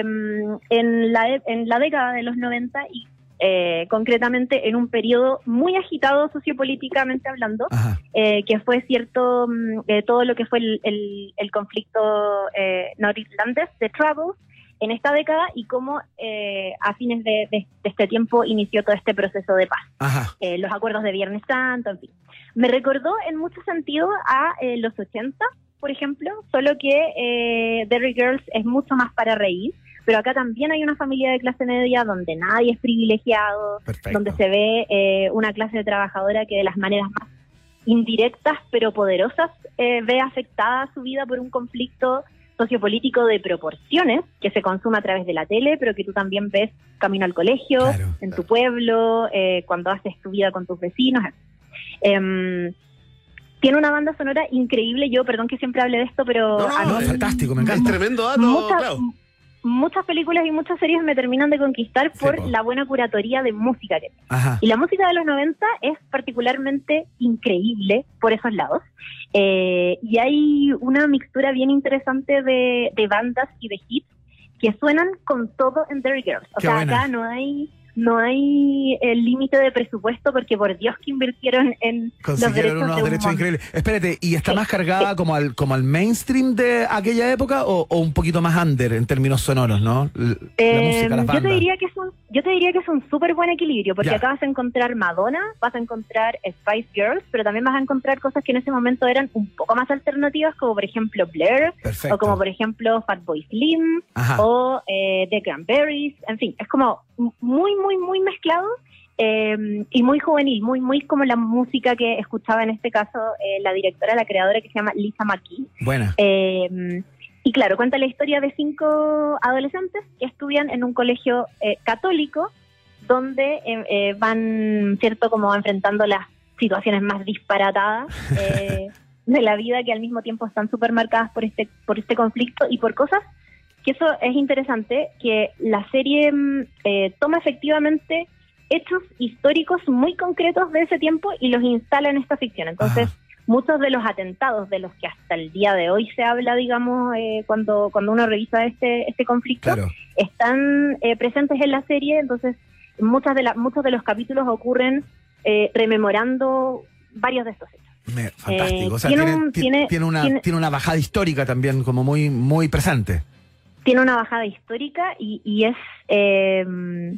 en, la, e- en la década de los noventa y eh, concretamente en un periodo muy agitado sociopolíticamente hablando, Ajá. eh, que fue cierto mm, eh, todo lo que fue el, el, el conflicto eh, norirlandés de Troubles en esta década y cómo eh, a fines de, de- de este tiempo inició todo este proceso de paz. Ajá. Eh, los acuerdos de Viernes Santo, en fin. Me recordó en mucho sentido a eh, los ochenta, por ejemplo, solo que eh, Derry Girls es mucho más para reír, pero acá también hay una familia de clase media donde nadie es privilegiado, Perfecto. donde se ve eh, una clase trabajadora que de las maneras más indirectas pero poderosas eh, ve afectada su vida por un conflicto sociopolítico de proporciones que se consume a través de la tele, pero que tú también ves camino al colegio, Claro, en claro. tu pueblo, eh, cuando haces tu vida con tus vecinos. Em, tiene una banda sonora increíble. Yo, perdón que siempre hable de esto, pero No, no, a mí No, fantástico, me Es encanta. tremendo dato, muchas, Clau. m- muchas películas y muchas series me terminan de conquistar Sí, por po. la buena curatoría de música que tiene. Ajá. Y la música de los noventa es particularmente increíble por esos lados. Eh, y hay una mixtura bien interesante de, de bandas y de hits que suenan con todo en Derry Girls. O Qué sea, buena. acá no hay no hay el límite de presupuesto porque por Dios que invirtieron en los Consiguieron derechos unos de un derechos montón. increíbles. Espérate, ¿y está Sí, más cargada como al como al mainstream de aquella época o, o un poquito más under en términos sonoros, no? L- La Eh, música, las yo te bandas. diría que es un, yo te diría que es un súper buen equilibrio, porque Ya. acá vas a encontrar Madonna, vas a encontrar Spice Girls, pero también vas a encontrar cosas que en ese momento eran un poco más alternativas, como por ejemplo Blair, Perfecto. o como por ejemplo Fatboy Slim, Ajá. o eh, The Cranberries, en fin, es como muy, muy, muy mezclado. Eh, y muy juvenil, muy muy como la música que escuchaba en este caso eh, la directora, la creadora que se llama Lisa McGee. Buena. Eh, y claro, cuenta la historia de cinco adolescentes que estudian en un colegio eh, católico donde eh, eh, van, cierto, como enfrentando las situaciones más disparatadas eh, de la vida que al mismo tiempo están súper marcadas por este, por este conflicto y por cosas que eso es interesante, que la serie eh, toma efectivamente hechos históricos muy concretos de ese tiempo y los instala en esta ficción. Entonces, Ajá. muchos de los atentados de los que hasta el día de hoy se habla, digamos, eh, cuando cuando uno revisa este este conflicto, claro. están eh, presentes en la serie. Entonces, muchas de la, muchos de los capítulos ocurren eh, rememorando varios de estos hechos. Me, fantástico. Eh, o sea, tiene, tiene, tiene, tiene, una, tiene, tiene una bajada histórica también, como muy, muy presente. Tiene una bajada histórica y, y es... Eh,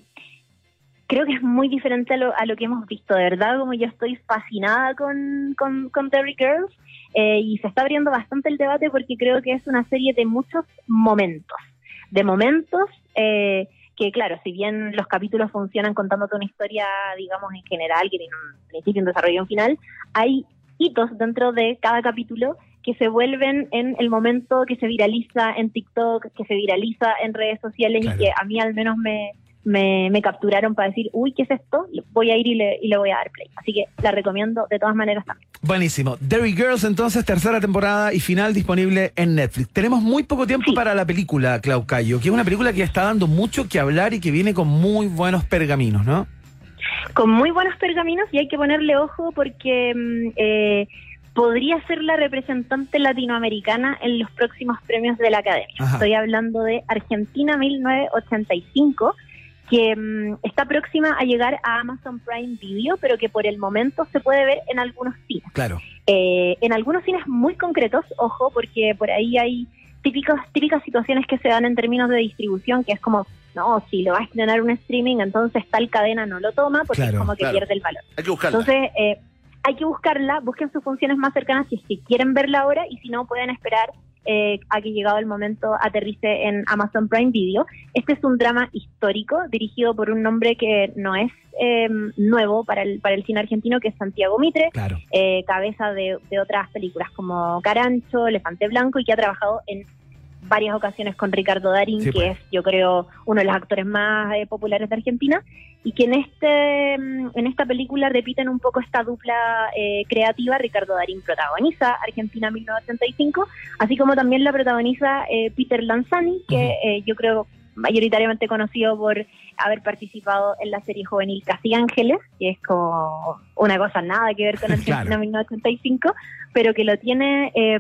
creo que es muy diferente a lo, a lo que hemos visto, de verdad, como yo estoy fascinada con, con, con Derry Girls, eh, y se está abriendo bastante el debate porque creo que es una serie de muchos momentos, de momentos eh, que, claro, si bien los capítulos funcionan contándote una historia, digamos, en general, que tiene un principio, un desarrollo y un final, hay hitos dentro de cada capítulo que se vuelven en el momento que se viraliza en TikTok, que se viraliza en redes sociales, claro. y que a mí al menos me... Me, me capturaron para decir, uy, ¿qué es esto? Voy a ir y le, y le voy a dar play. Así que la recomiendo de todas maneras también. Buenísimo. Derry Girls, entonces, tercera temporada y final disponible en Netflix. Tenemos muy poco tiempo sí. para la película, Clau Cayo, que es una película que está dando mucho que hablar y que viene con muy buenos pergaminos, ¿no? Con muy buenos pergaminos, y hay que ponerle ojo porque... Eh, podría ser la representante latinoamericana en los próximos premios de la Academia. Ajá. Estoy hablando de Argentina mil novecientos ochenta y cinco, que um, está próxima a llegar a Amazon Prime Video, pero que por el momento se puede ver en algunos cines. Claro. Eh, en algunos cines muy concretos, ojo, porque por ahí hay típicos, típicas situaciones que se dan en términos de distribución, que es como, no, si lo va a estrenar un streaming, entonces tal cadena no lo toma, porque claro, es como que claro. pierde el valor. Hay que buscarla. Entonces, eh, hay que buscarla, busquen sus funciones más cercanas si es que quieren verla ahora, y si no, pueden esperar eh, a que llegado el momento aterrice en Amazon Prime Video. Este es un drama histórico dirigido por un nombre que no es eh, nuevo para el para el cine argentino, que es Santiago Mitre, claro. eh, cabeza de, de otras películas como Carancho, Elefante Blanco, y que ha trabajado en varias ocasiones con Ricardo Darín, sí, que pues. es, yo creo, uno de los actores más eh, populares de Argentina, y que en este en esta película repiten un poco esta dupla eh, creativa. Ricardo Darín protagoniza Argentina mil novecientos ochenta y cinco, así como también la protagoniza eh, Peter Lanzani, que uh-huh. eh, yo creo mayoritariamente conocido por haber participado en la serie juvenil Casi Ángeles, que es como una cosa nada que ver con Argentina claro. mil novecientos ochenta y cinco, pero que lo tiene... Eh,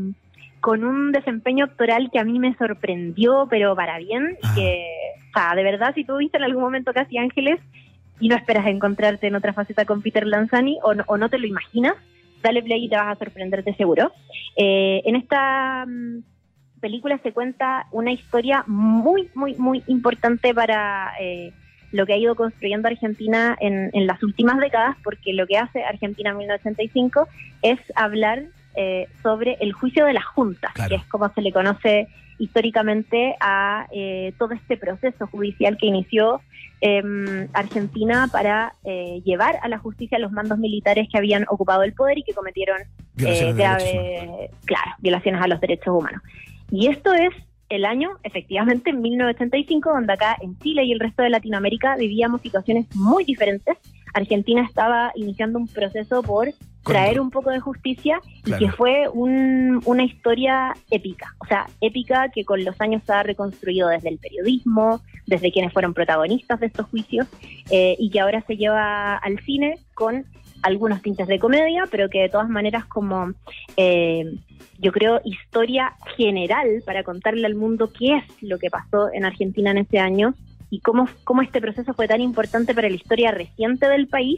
con un desempeño actoral que a mí me sorprendió, pero para bien, y que, o sea, de verdad, si tú viste en algún momento Casi Ángeles y no esperas encontrarte en otra faceta con Peter Lanzani, o no, o no te lo imaginas, dale play y te vas a sorprender de seguro. Eh, en esta um, película se cuenta una historia muy, muy, muy importante para eh, lo que ha ido construyendo Argentina en, en las últimas décadas, porque lo que hace Argentina mil novecientos ochenta y cinco es hablar Eh, sobre el juicio de la Junta, claro. que es como se le conoce históricamente a eh, todo este proceso judicial que inició eh, Argentina para eh, llevar a la justicia a los mandos militares que habían ocupado el poder y que cometieron eh, grave, claro, violaciones a los derechos humanos. Y esto es el año, efectivamente, en mil novecientos ochenta y cinco, donde acá en Chile y el resto de Latinoamérica vivíamos situaciones muy diferentes. Argentina estaba iniciando un proceso por traer un poco de justicia, claro. y que fue un, una historia épica, o sea, épica que con los años se ha reconstruido desde el periodismo, desde quienes fueron protagonistas de estos juicios, eh, y que ahora se lleva al cine con algunos tintes de comedia, pero que de todas maneras como, eh, yo creo, historia general para contarle al mundo qué es lo que pasó en Argentina en ese año y cómo, cómo este proceso fue tan importante para la historia reciente del país.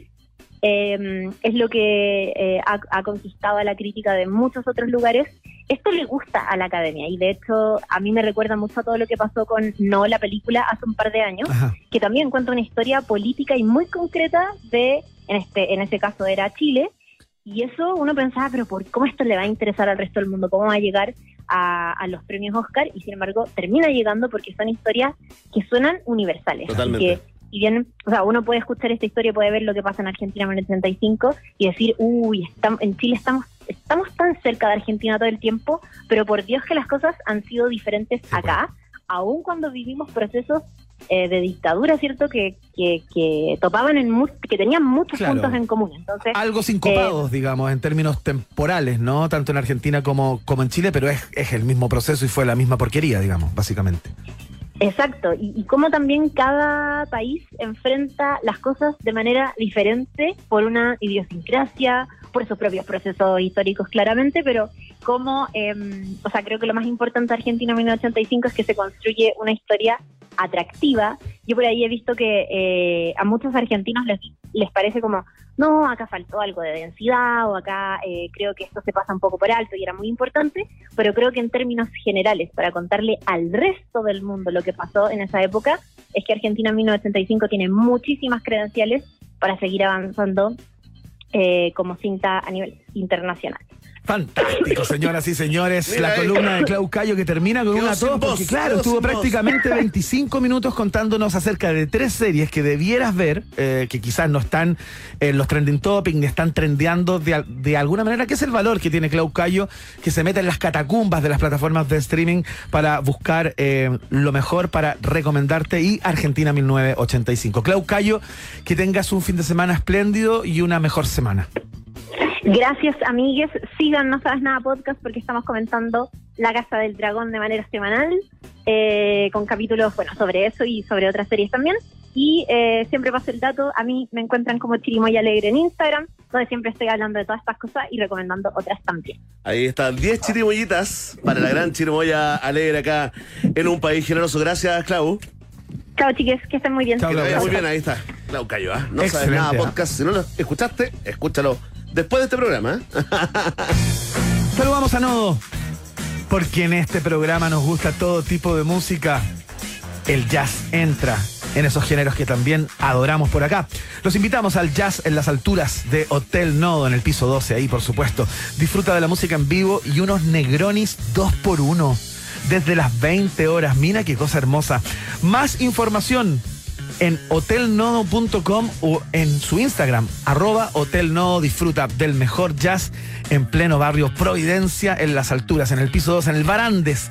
Eh, es lo que eh, ha, ha conquistado a la crítica de muchos otros lugares. Esto le gusta a la Academia, y de hecho a mí me recuerda mucho a todo lo que pasó con No, la película, hace un par de años. Ajá. Que también cuenta una historia política y muy concreta de, en este en ese caso era Chile, y eso uno pensaba, pero ¿por cómo esto le va a interesar al resto del mundo? ¿Cómo va a llegar a, a los premios Oscar? Y sin embargo termina llegando porque son historias que suenan universales. Totalmente. Y que, y bien, o sea, uno puede escuchar esta historia, puede ver lo que pasa en Argentina en el ochenta y cinco y decir, uy, estamos, en Chile estamos estamos tan cerca de Argentina todo el tiempo, pero por Dios que las cosas han sido diferentes sí, acá, bueno. aun cuando vivimos procesos eh, de dictadura, ¿cierto? Que, que, que topaban en mu que tenían muchos Claro. puntos en común. Entonces, Algo sincopados, eh, digamos, en términos temporales, ¿no? Tanto en Argentina como, como en Chile, pero es, es el mismo proceso y fue la misma porquería, digamos, básicamente. Exacto, y, y cómo también cada país enfrenta las cosas de manera diferente por una idiosincrasia, por sus propios procesos históricos claramente, pero como, eh, o sea, creo que lo más importante de Argentina en mil novecientos ochenta y cinco es que se construye una historia atractiva. Yo por ahí he visto que eh, a muchos argentinos les, les parece como, no, acá faltó algo de densidad, o acá eh, creo que esto se pasa un poco por alto y era muy importante, pero creo que en términos generales, para contarle al resto del mundo lo que pasó en esa época, es que Argentina en mil novecientos ochenta y cinco tiene muchísimas credenciales para seguir avanzando eh, como cinta a nivel internacional. Fantástico, señoras y señores. Mira la ahí. columna de Clau Cayo que termina con Quedó una sin tos, voz, porque claro, quedó estuvo sin voz. prácticamente veinticinco minutos contándonos acerca de tres series que debieras ver, eh, que quizás no están en los trending topics, ni están trendeando de, al- de alguna manera, que es el valor que tiene Clau Cayo, que se mete en las catacumbas de las plataformas de streaming para buscar eh, lo mejor para recomendarte, y Argentina mil novecientos ochenta y cinco. Clau Cayo, que tengas un fin de semana espléndido y una mejor semana. Gracias, amigues. Sigan No Sabes Nada Podcast porque estamos comentando La Casa del Dragón de manera semanal, eh, con capítulos, bueno, sobre eso y sobre otras series también. Y eh, siempre paso el dato, a mí me encuentran como Chirimoya Alegre en Instagram, donde siempre estoy hablando de todas estas cosas y recomendando otras también. Ahí están diez chirimoyitas para la gran chirimoya alegre acá en Un País Generoso. Gracias, Clau. Chao, chiques, que estén muy bien. Chao, Que te Clau. vaya muy bien, ahí está. Clau Cayo, ¿ah? No sabes Excelente, nada ¿ah? podcast. Si no lo escuchaste, escúchalo después de este programa, ¿eh? Saludamos a Nodo, porque en este programa nos gusta todo tipo de música. El jazz entra en esos géneros que también adoramos por acá. Los invitamos al Jazz en las Alturas de Hotel Nodo, en el piso doce, ahí por supuesto. Disfruta de la música en vivo y unos Negronis dos por uno desde las veinte horas. Mira qué cosa hermosa. Más información en hotel nodo punto com o en su Instagram, arroba Hotel Nodo. Disfruta del mejor jazz en pleno barrio Providencia, en las alturas, en el piso dos, en el barandes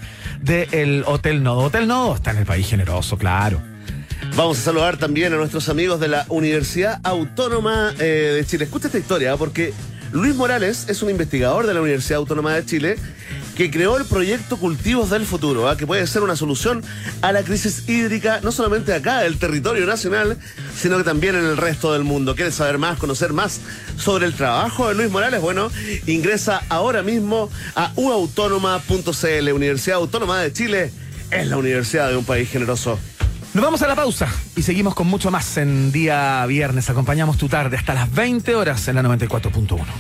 del Hotel Nodo. Hotel Nodo está en el País Generoso, claro. Vamos a saludar también a nuestros amigos de la Universidad Autónoma eh, de Chile. Escucha esta historia, ¿eh? Porque Luis Morales es un investigador de la Universidad Autónoma de Chile que creó el proyecto Cultivos del Futuro, ¿eh? que puede ser una solución a la crisis hídrica, no solamente acá, del territorio nacional, sino que también en el resto del mundo. ¿Quieres saber más, conocer más sobre el trabajo de Luis Morales? Bueno, ingresa ahora mismo a u autónoma punto c l. Universidad Autónoma de Chile es la universidad de Un País Generoso. Nos vamos a la pausa y seguimos con mucho más en día viernes. Acompañamos tu tarde hasta las veinte horas en la noventa y cuatro punto uno.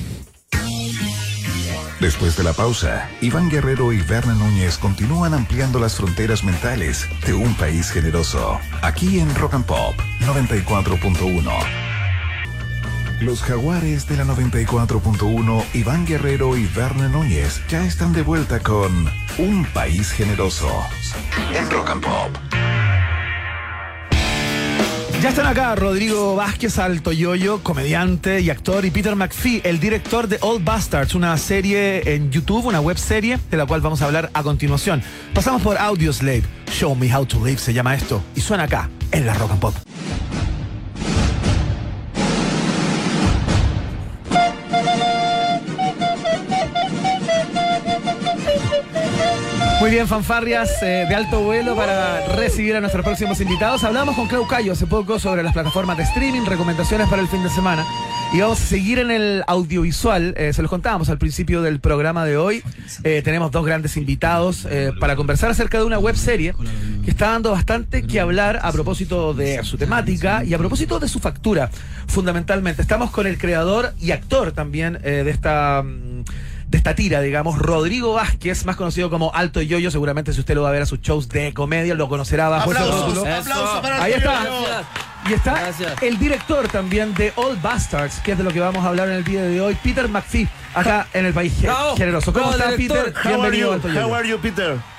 Después de la pausa, Iván Guerrero y Berna Núñez continúan ampliando las fronteras mentales de Un País Generoso, aquí en Rock and Pop noventa y cuatro punto uno. Los jaguares de la noventa y cuatro punto uno, Iván Guerrero y Berna Núñez, ya están de vuelta con Un País Generoso en Rock and Pop. Ya están acá Rodrigo Vázquez Altoyoyo, comediante y actor, y Peter McPhee, el director de Old Bastards, una serie en YouTube, una web serie de la cual vamos a hablar a continuación. Pasamos por Audioslave, Show Me How to Live se llama esto, y suena acá en la Rock and Pop. Muy bien, fanfarrias eh, de alto vuelo para recibir a nuestros próximos invitados. Hablamos con Clau Cayo hace poco sobre las plataformas de streaming, recomendaciones para el fin de semana. Y vamos a seguir en el audiovisual. Eh, se los contábamos al principio del programa de hoy. Eh, tenemos dos grandes invitados eh, para conversar acerca de una web serie que está dando bastante que hablar a propósito de su temática y a propósito de su factura, fundamentalmente. Estamos con el creador y actor también eh, de esta... Mm, de esta tira, digamos, Rodrigo Vázquez, más conocido como Alto Yoyo. Seguramente si usted lo va a ver a sus shows de comedia, lo conocerá bajo ese Aplausos, rótulo. aplausos para el Ahí está. Yoyo. Y está Gracias. el director también de Old Bastards, que es de lo que vamos a hablar en el día de hoy, Peter McPhee, acá en el País Bravo. Generoso. ¿Cómo Bravo, está, director. Peter? How are Bienvenido you? a Alto How Yoyo. are you, Peter?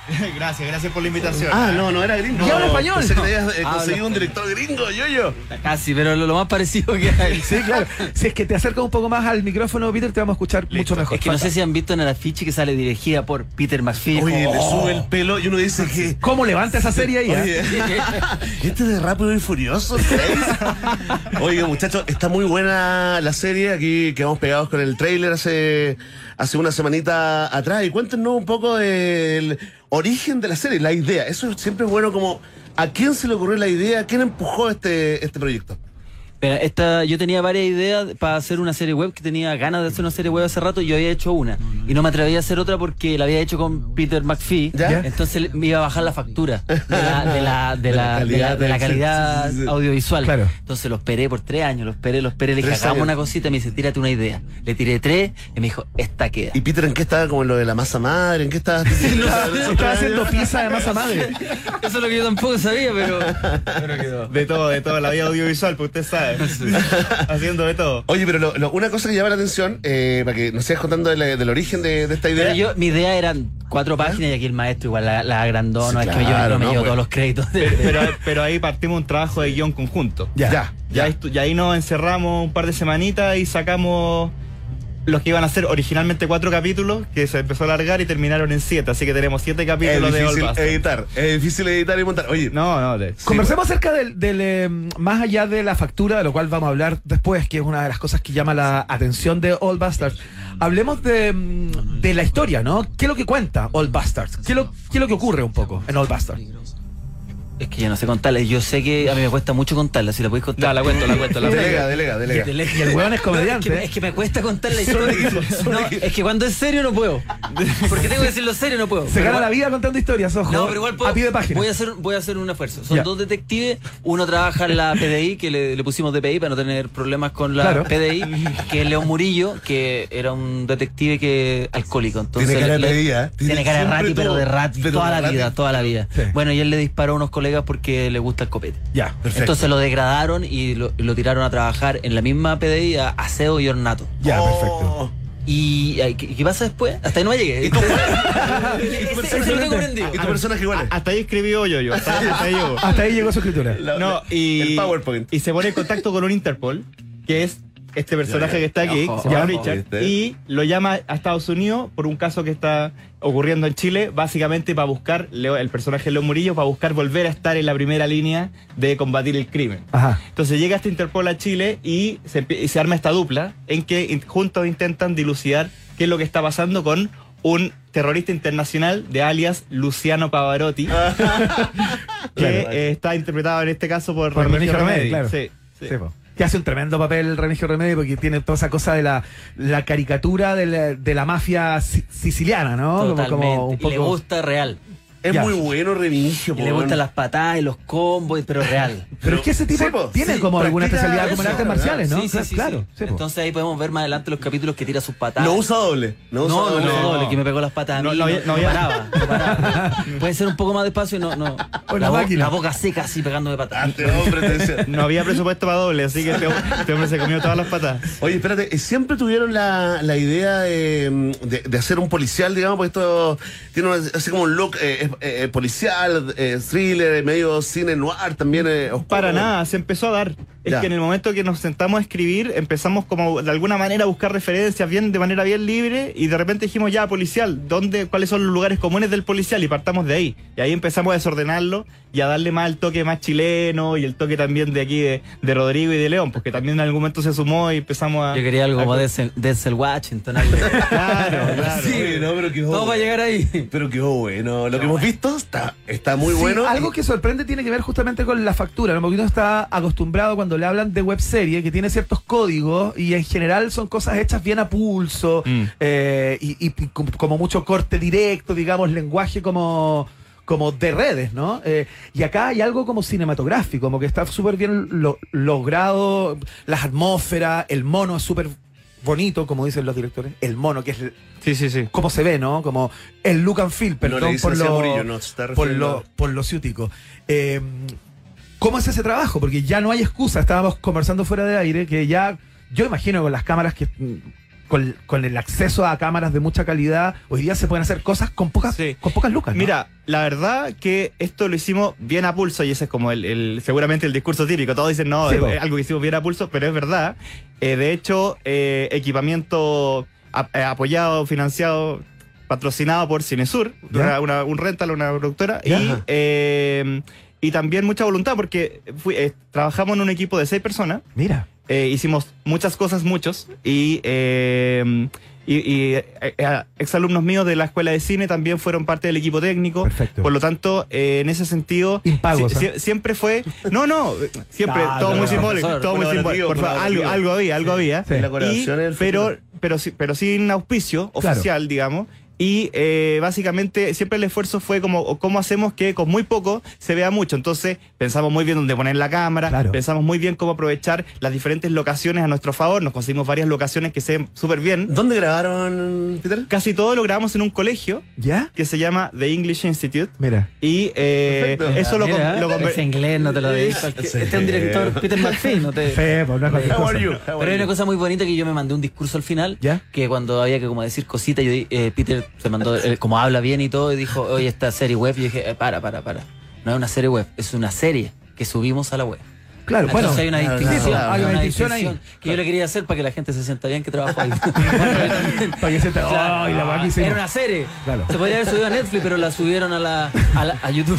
Gracias, gracias por la invitación. Ah, no, no era gringo. ¿Y habla español? Pensé que te habías eh, Habla conseguido un director gringo, yo-yo. Casi, pero lo, lo más parecido que hay. Sí, claro. Si es que te acercas un poco más al micrófono, Peter, te vamos a escuchar mucho mejor. Es que no sé si han visto en el afiche que sale dirigida por Peter McPhee. Oye, Oh. le sube el pelo y uno dice que... ¿Cómo levanta esa serie ahí? Oye, eh? este de Rápido y Furioso, ¿sabes? Oye, muchachos, está muy buena la serie. Aquí quedamos pegados con el tráiler hace, hace una semanita atrás. Y cuéntenos un poco del origen de la serie, la idea. Eso siempre es bueno, como ¿a quién se le ocurrió la idea? ¿Quién empujó este, este proyecto? Mira, esta, yo tenía varias ideas para hacer una serie web, que tenía ganas de hacer una serie web hace rato, y yo había hecho una. Y no me atreví a hacer otra porque la había hecho con Peter McPhee. ¿Ya? Entonces me iba a bajar la factura de la, de la, de la, de la, de la calidad sí, sí, sí. audiovisual. Claro. Entonces lo esperé por tres años, lo esperé, lo esperé, le dije, Tres hagamos años. una cosita, me dice, tírate una idea. Le tiré tres y me dijo, esta queda. ¿Y Peter en qué estaba? ¿Como en lo de la masa madre? ¿En qué estaba? Estaba haciendo pizza de masa madre. Eso es lo que yo tampoco sabía, pero, pero quedó. De todo, de todo, la vida audiovisual, pues usted sabe. Haciendo de todo. Oye, pero lo- lo- una cosa que llama la atención, eh, para que nos sigas contando de la- del origen de, de esta idea. Pero yo, mi idea eran cuatro páginas y aquí el maestro igual la, la agrandó, Sí, no es que me claro, yo no me no, llevo pues. todos los créditos. de- Pero, pero, pero ahí partimos un trabajo de guión conjunto. Ya. Ya, Ya, estu- y ahí nos encerramos un par de semanitas y sacamos los que iban a ser originalmente cuatro capítulos, que se empezó a alargar y terminaron en siete. Así que tenemos siete Es capítulos de All difícil Bastard. editar, es difícil editar y montar. Oye, No, no, de- Conversemos acerca del, del, eh, más allá de la factura, de lo cual vamos a hablar después, que es una de las cosas que llama la atención de All Bastards. Hablemos de, mm, de la historia, ¿no? ¿Qué es lo que cuenta All Bastards? ¿Qué es lo, qué es lo que ocurre un poco en All Bastards? Es que ya no sé contarla. Yo sé que a mí me cuesta mucho contarla. Si la podéis contar. No, la cuento, la cuento, la cuento. delega, delega, delega. Y el weón es comediante. Es que, es que me cuesta contar la historia. No, es que cuando es serio no puedo. Porque tengo que decirlo serio, no puedo. Se Pero gana la igual- vida contando historias, ojo. No, pero igual puedo, a pie de página. Voy a hacer, voy a hacer un esfuerzo. Son Ya. dos detectives. Uno trabaja en la P D I, que le, le pusimos D P I para no tener problemas con la Claro. P D I, que es León Murillo, que era un detective que alcohólico. Entonces Tiene cara de le- P D I, ¿eh? Tiene Tiene cara de siempre rati, pero todo. de rati Pero toda de la rati. vida, toda la vida. Sí. Bueno, y él le disparó a unos colegas porque le gusta el copete. Ya, perfecto. Entonces lo degradaron y lo, lo tiraron a trabajar en la misma P D I a aseo y ornato. Ya, Oh. perfecto. ¿Y ay, qué, qué pasa después? Hasta ahí no me llegué. ¿Y tu, Ese- ese lo tengo aprendido. ¿Y tu personaje igual es? Hasta ahí escribió yo, yo. Hasta, hasta ahí llegó. Hasta ahí llegó su escritura. La- No, la- y, el PowerPoint. y se pone en contacto con un Interpol, que es este personaje Ya, ya. que está aquí, Ojo, se llama ojo, Richard, ¿viste? y lo llama a Estados Unidos por un caso que está ocurriendo en Chile, básicamente para buscar, Leo- el personaje León Murillo, para buscar volver a estar en la primera línea de combatir el crimen. Ajá. Entonces llega este Interpol a Chile y se, empie- y se arma esta dupla en que in- juntos intentan dilucidar qué es lo que está pasando con un terrorista internacional de alias Luciano Pavarotti, que Claro. eh, está interpretado en este caso por, Por Remigio Remigio Remedi, Remedi. claro. Sí, sí. Sí, po. Que hace un tremendo papel Remigio Remedi porque tiene toda esa cosa de la, la caricatura de la, de la mafia si- siciliana, ¿no? Como- Totalmente. como un Y le poco- gusta real. Es Ya. muy bueno Remigio, Y po, le gustan weón. las patadas y los combos, pero real. Pero es que ese tipo Sí, po, tiene sí, como alguna practica especialidad como en eso, artes marciales, ¿no? Sí, sí, sí, claro. sí. sí, po. Entonces ahí podemos ver más adelante los capítulos que tira sus patadas. No usa doble. No usa No, no, doble. no, no. doble, que me pegó las patas a mí. No, No, no había- no no había- paraba, no paraba. Puede ser un poco más despacio y no, no. Una la, bo- máquina. la boca seca así pegándome patadas. Este hombre te decía. No había presupuesto para doble, así que este, este hombre se comió todas las patas. Oye, espérate, ¿eh, ¿siempre tuvieron la, la idea de, de, de hacer un policial, digamos? Porque esto tiene una- así como un look eh, eh, eh, policial, eh, thriller, medio cine noir también. Eh, oscuro. Para nada, se empezó a dar. Es Ya. que en el momento que nos sentamos a escribir, empezamos como de alguna manera a buscar referencias bien, de manera bien libre, y de repente dijimos, ya, policial, ¿dónde, cuáles son los lugares comunes del policial? Y partamos de ahí. Y ahí empezamos a desordenarlo y a darle más el toque más chileno y el toque también de aquí de, de Rodrigo y de León, porque también en algún momento se sumó y empezamos a... Yo quería algo a- como Denzel, Denzel Washington. Algo. Claro, claro. Sí, no, pero quedó Todo para llegar ahí. Pero quedó bueno. Lo que hemos visto está, está muy Sí, bueno. algo que sorprende tiene que ver justamente con la factura, ¿no? Porque uno está acostumbrado cuando le hablan de webserie que tiene ciertos códigos y en general son cosas hechas bien a pulso Mm. eh, y, y com- como mucho corte directo, digamos, lenguaje como como de redes, ¿no? Eh, y acá hay algo como cinematográfico, como que está súper bien lo- logrado, las atmósferas, el mono es súper bonito, como dicen los directores, el mono, que es el- Sí, sí, sí. cómo se ve, ¿no? Como el look and feel, No perdón le dicen por, así a lo, Murillo, no, se está por, refiriendo- lo, por lo ciútico. Eh, ¿Cómo es ese trabajo? Porque ya no hay excusa. Estábamos conversando fuera de aire que ya, yo imagino con las cámaras que mm, con, con el acceso a cámaras de mucha calidad, hoy día se pueden hacer cosas con pocas, Sí. con pocas lucas, ¿no? Mira, la verdad que esto lo hicimos bien a pulso y ese es como el, el seguramente el discurso típico. Todos dicen, no, Sí, es, po. es algo que hicimos bien a pulso, pero es verdad. Eh, de hecho, eh, equipamiento a- eh, apoyado, financiado, patrocinado por Cinesur, Ya. una, una- un rental, una productora, Ya. y, eh, y también mucha voluntad porque fui- eh, trabajamos en un equipo de seis personas. Mira. Eh, hicimos muchas cosas, muchos, y, eh, y, y, eh, eh, exalumnos míos de la escuela de cine también fueron parte del equipo técnico. Perfecto. Por lo tanto, eh, en ese sentido, Impagos, si- ¿eh? si- siempre fue, no, no, siempre No, todo no, muy no, simbólico, profesor, todo muy colaborativo, simbólico. Por favor, algo, colaborativo. algo había, algo había. Sí. La Y- colaboración es el pero, futuro. pero, sí- pero sin auspicio Claro. oficial, digamos. Y eh, básicamente siempre el esfuerzo fue como cómo hacemos que con muy poco se vea mucho. Entonces pensamos muy bien dónde poner la cámara, Claro. pensamos muy bien cómo aprovechar las diferentes locaciones a nuestro favor. Nos conseguimos varias locaciones que se ven súper bien. ¿Dónde grabaron, Peter? Casi todo lo grabamos en un colegio ¿Ya? que se llama The English Institute. Mira. Y eh, Perfecto. eso lo, Mira, con- lo conver- ese inglés no te lo digo. Sí. Este es un director, Peter McPhee, no te... Fe, pues, no es cualquier How cosa. are you? How Pero are hay una you? cosa muy bonita que yo me mandé un discurso al final, ¿Ya? que cuando había que como decir cositas, yo di- eh, Peter se mandó, eh, como habla bien y todo, y dijo, oye, esta serie web, y yo dije, eh, para, para, para, no es una serie web, es una serie que subimos a la web. Claro, bueno. Entonces hay una claro, distinción, claro, hay una distinción ahí. que yo le quería hacer para que la gente se sienta bien que trabajó ahí. Para que se te... Claro. ¡Ay, la weá que hicimos! Era una serie. Claro. Se podría haber subido a Netflix, pero la subieron a la a, la- a YouTube.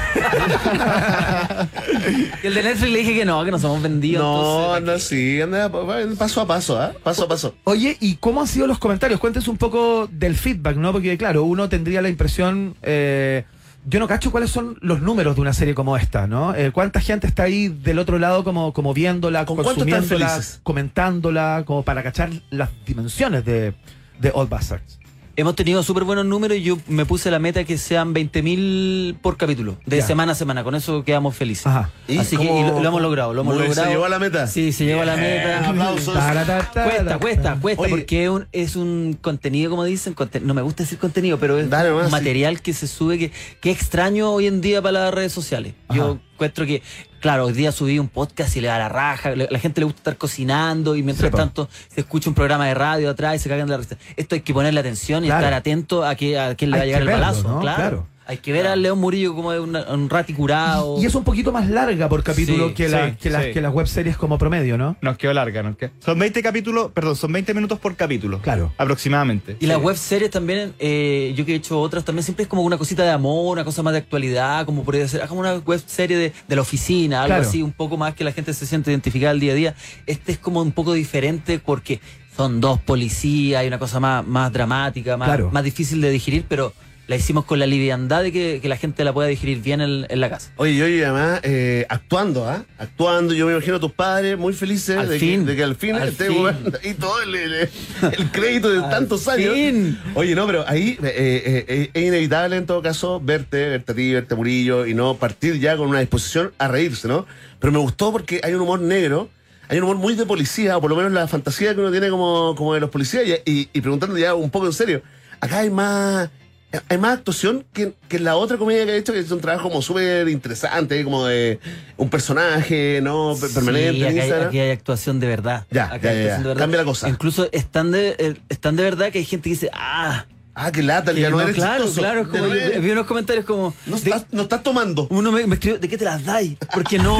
Y el de Netflix le dije que no, que no somos vendidos. No, entonces, no, sí, anda paso a paso, ¿ah? Paso a paso. Oye, ¿y cómo han sido los comentarios? Cuéntenos un poco del feedback, ¿no? Porque, claro, uno tendría la impresión... eh, yo no cacho cuáles son los números de una serie como esta, ¿no? Eh, ¿Cuánta gente está ahí del otro lado como, como viéndola, ¿Con cuánto están consumiéndola, felices? comentándola, como para cachar las dimensiones de, de Old Bastards? Hemos tenido súper buenos números y yo me puse la meta que sean veinte mil por capítulo, de Ya. semana a semana. Con eso quedamos felices. Ajá. ¿Y Así que cómo- y lo, lo hemos logrado, lo hemos muy- logrado. ¿Se llevó a la meta? Sí, se llevó a la meta. Aplausos. Taratata. Cuesta, cuesta, cuesta, Oye. porque es un, es un contenido, como dicen, conte- no me gusta decir contenido, pero es Dale nomás, un material que se sube que, que es extraño hoy en día para las redes sociales. Ajá. Yo encuentro que, claro, hoy día subí un podcast y le da la raja, le- la gente le gusta estar cocinando y mientras Sí, po. tanto se escucha un programa de radio atrás y se cagan de la risa. Esto hay que ponerle atención y Claro. estar atento a, que, a quién le Hay va a llegar que el verlo, balazo. ¿no? Claro. Claro. Hay que ver a León Murillo como una- un rati curado. Y es un poquito más larga por capítulo Sí, que, la- sí, que, las, sí. que las web series como promedio, ¿no? Nos quedó larga, nos quedó. Son veinte capítulos, perdón, son veinte minutos por capítulo. Claro. Aproximadamente. Y las web series también, eh, yo que he hecho otras, también siempre es como una cosita de amor, una cosa más de actualidad, como podría ser, como una web serie de, de la oficina, algo Claro. así, un poco más que la gente se siente identificada al día a día. Este es como un poco diferente porque son dos policías, hay una cosa más, más dramática, más, Claro. más difícil de digerir, pero la hicimos con la liviandad de que, que la gente la pueda digerir bien en, en la casa. Oye, yo y además eh, actuando, ¿ah? Actuando, yo me imagino a tus padres muy felices Al de, fin. Que, de que al fin Al esté fin. jugando y todo el, el- el crédito de Al tantos años. fin. Oye, no, pero ahí eh, eh, eh, es inevitable en todo caso verte, verte a ti, verte a Murillo y no partir ya con una disposición a reírse, ¿no? Pero me gustó porque hay un humor negro. Hay un humor muy de policía, o por lo menos la fantasía que uno tiene como, como de los policías, y, y, y preguntando ya un poco en serio. Acá hay más hay más actuación que, que en la otra comedia que he hecho, que es un trabajo como súper interesante, como de un personaje, ¿no? Per- Permanente Sí, en aquí hay, Instagram. aquí hay actuación de verdad. Ya, Aquí ya, hay ya, actuación ya. de verdad. Cambia la cosa. Incluso están de, eh, están de verdad que hay gente que dice, ah, Ah, qué lata, que ya no, no, eres claro, chistoso. claro, es Ya como no yo- eres- vi unos comentarios como no, de- estás, no estás tomando. uno me, me escribió, ¿de qué te las dais? Porque no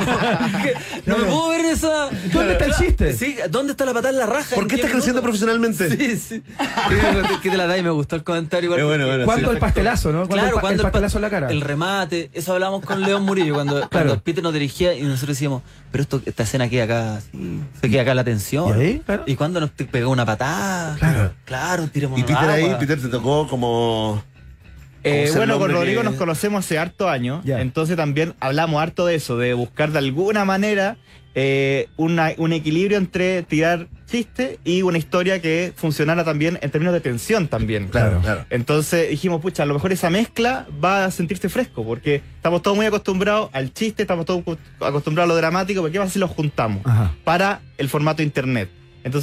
que no me puedo ver en esa. ¿Dónde está el chiste? Sí, ¿dónde está la patada en la raja? ¿Por ¿En qué estás minuto? creciendo profesionalmente? Sí, sí. ¿Qué te las dais? Me gustó el comentario igual. Eh, bueno, porque- bueno, ¿Cuánto sí. el pastelazo, no? ¿Cuánto Claro, el, pa- cuando el pa- pastelazo en la cara? El remate, eso hablábamos con León Murillo cuando, cuando Peter nos dirigía y nosotros decíamos, pero esto, esta escena queda acá, sí, se queda acá la tensión. ¿Y ahí? Claro. ¿Y cuando nos te pegó una patada? Claro. Claro, tiremos Y Peter agua. ahí, Peter te tocó como... Eh, Como ser bueno, el con hombre Rodrigo que- nos conocemos hace harto años, Ya. entonces también hablamos harto de eso, de buscar de alguna manera eh, una- un equilibrio entre tirar chiste y una historia que funcionara también en términos de tensión también. Claro, claro. Entonces dijimos, pucha, a lo mejor esa mezcla va a sentirse fresco, porque estamos todos muy acostumbrados al chiste, estamos todos acostumbrados a lo dramático, ¿por qué más si los juntamos? Ajá. Para el formato internet. Entonces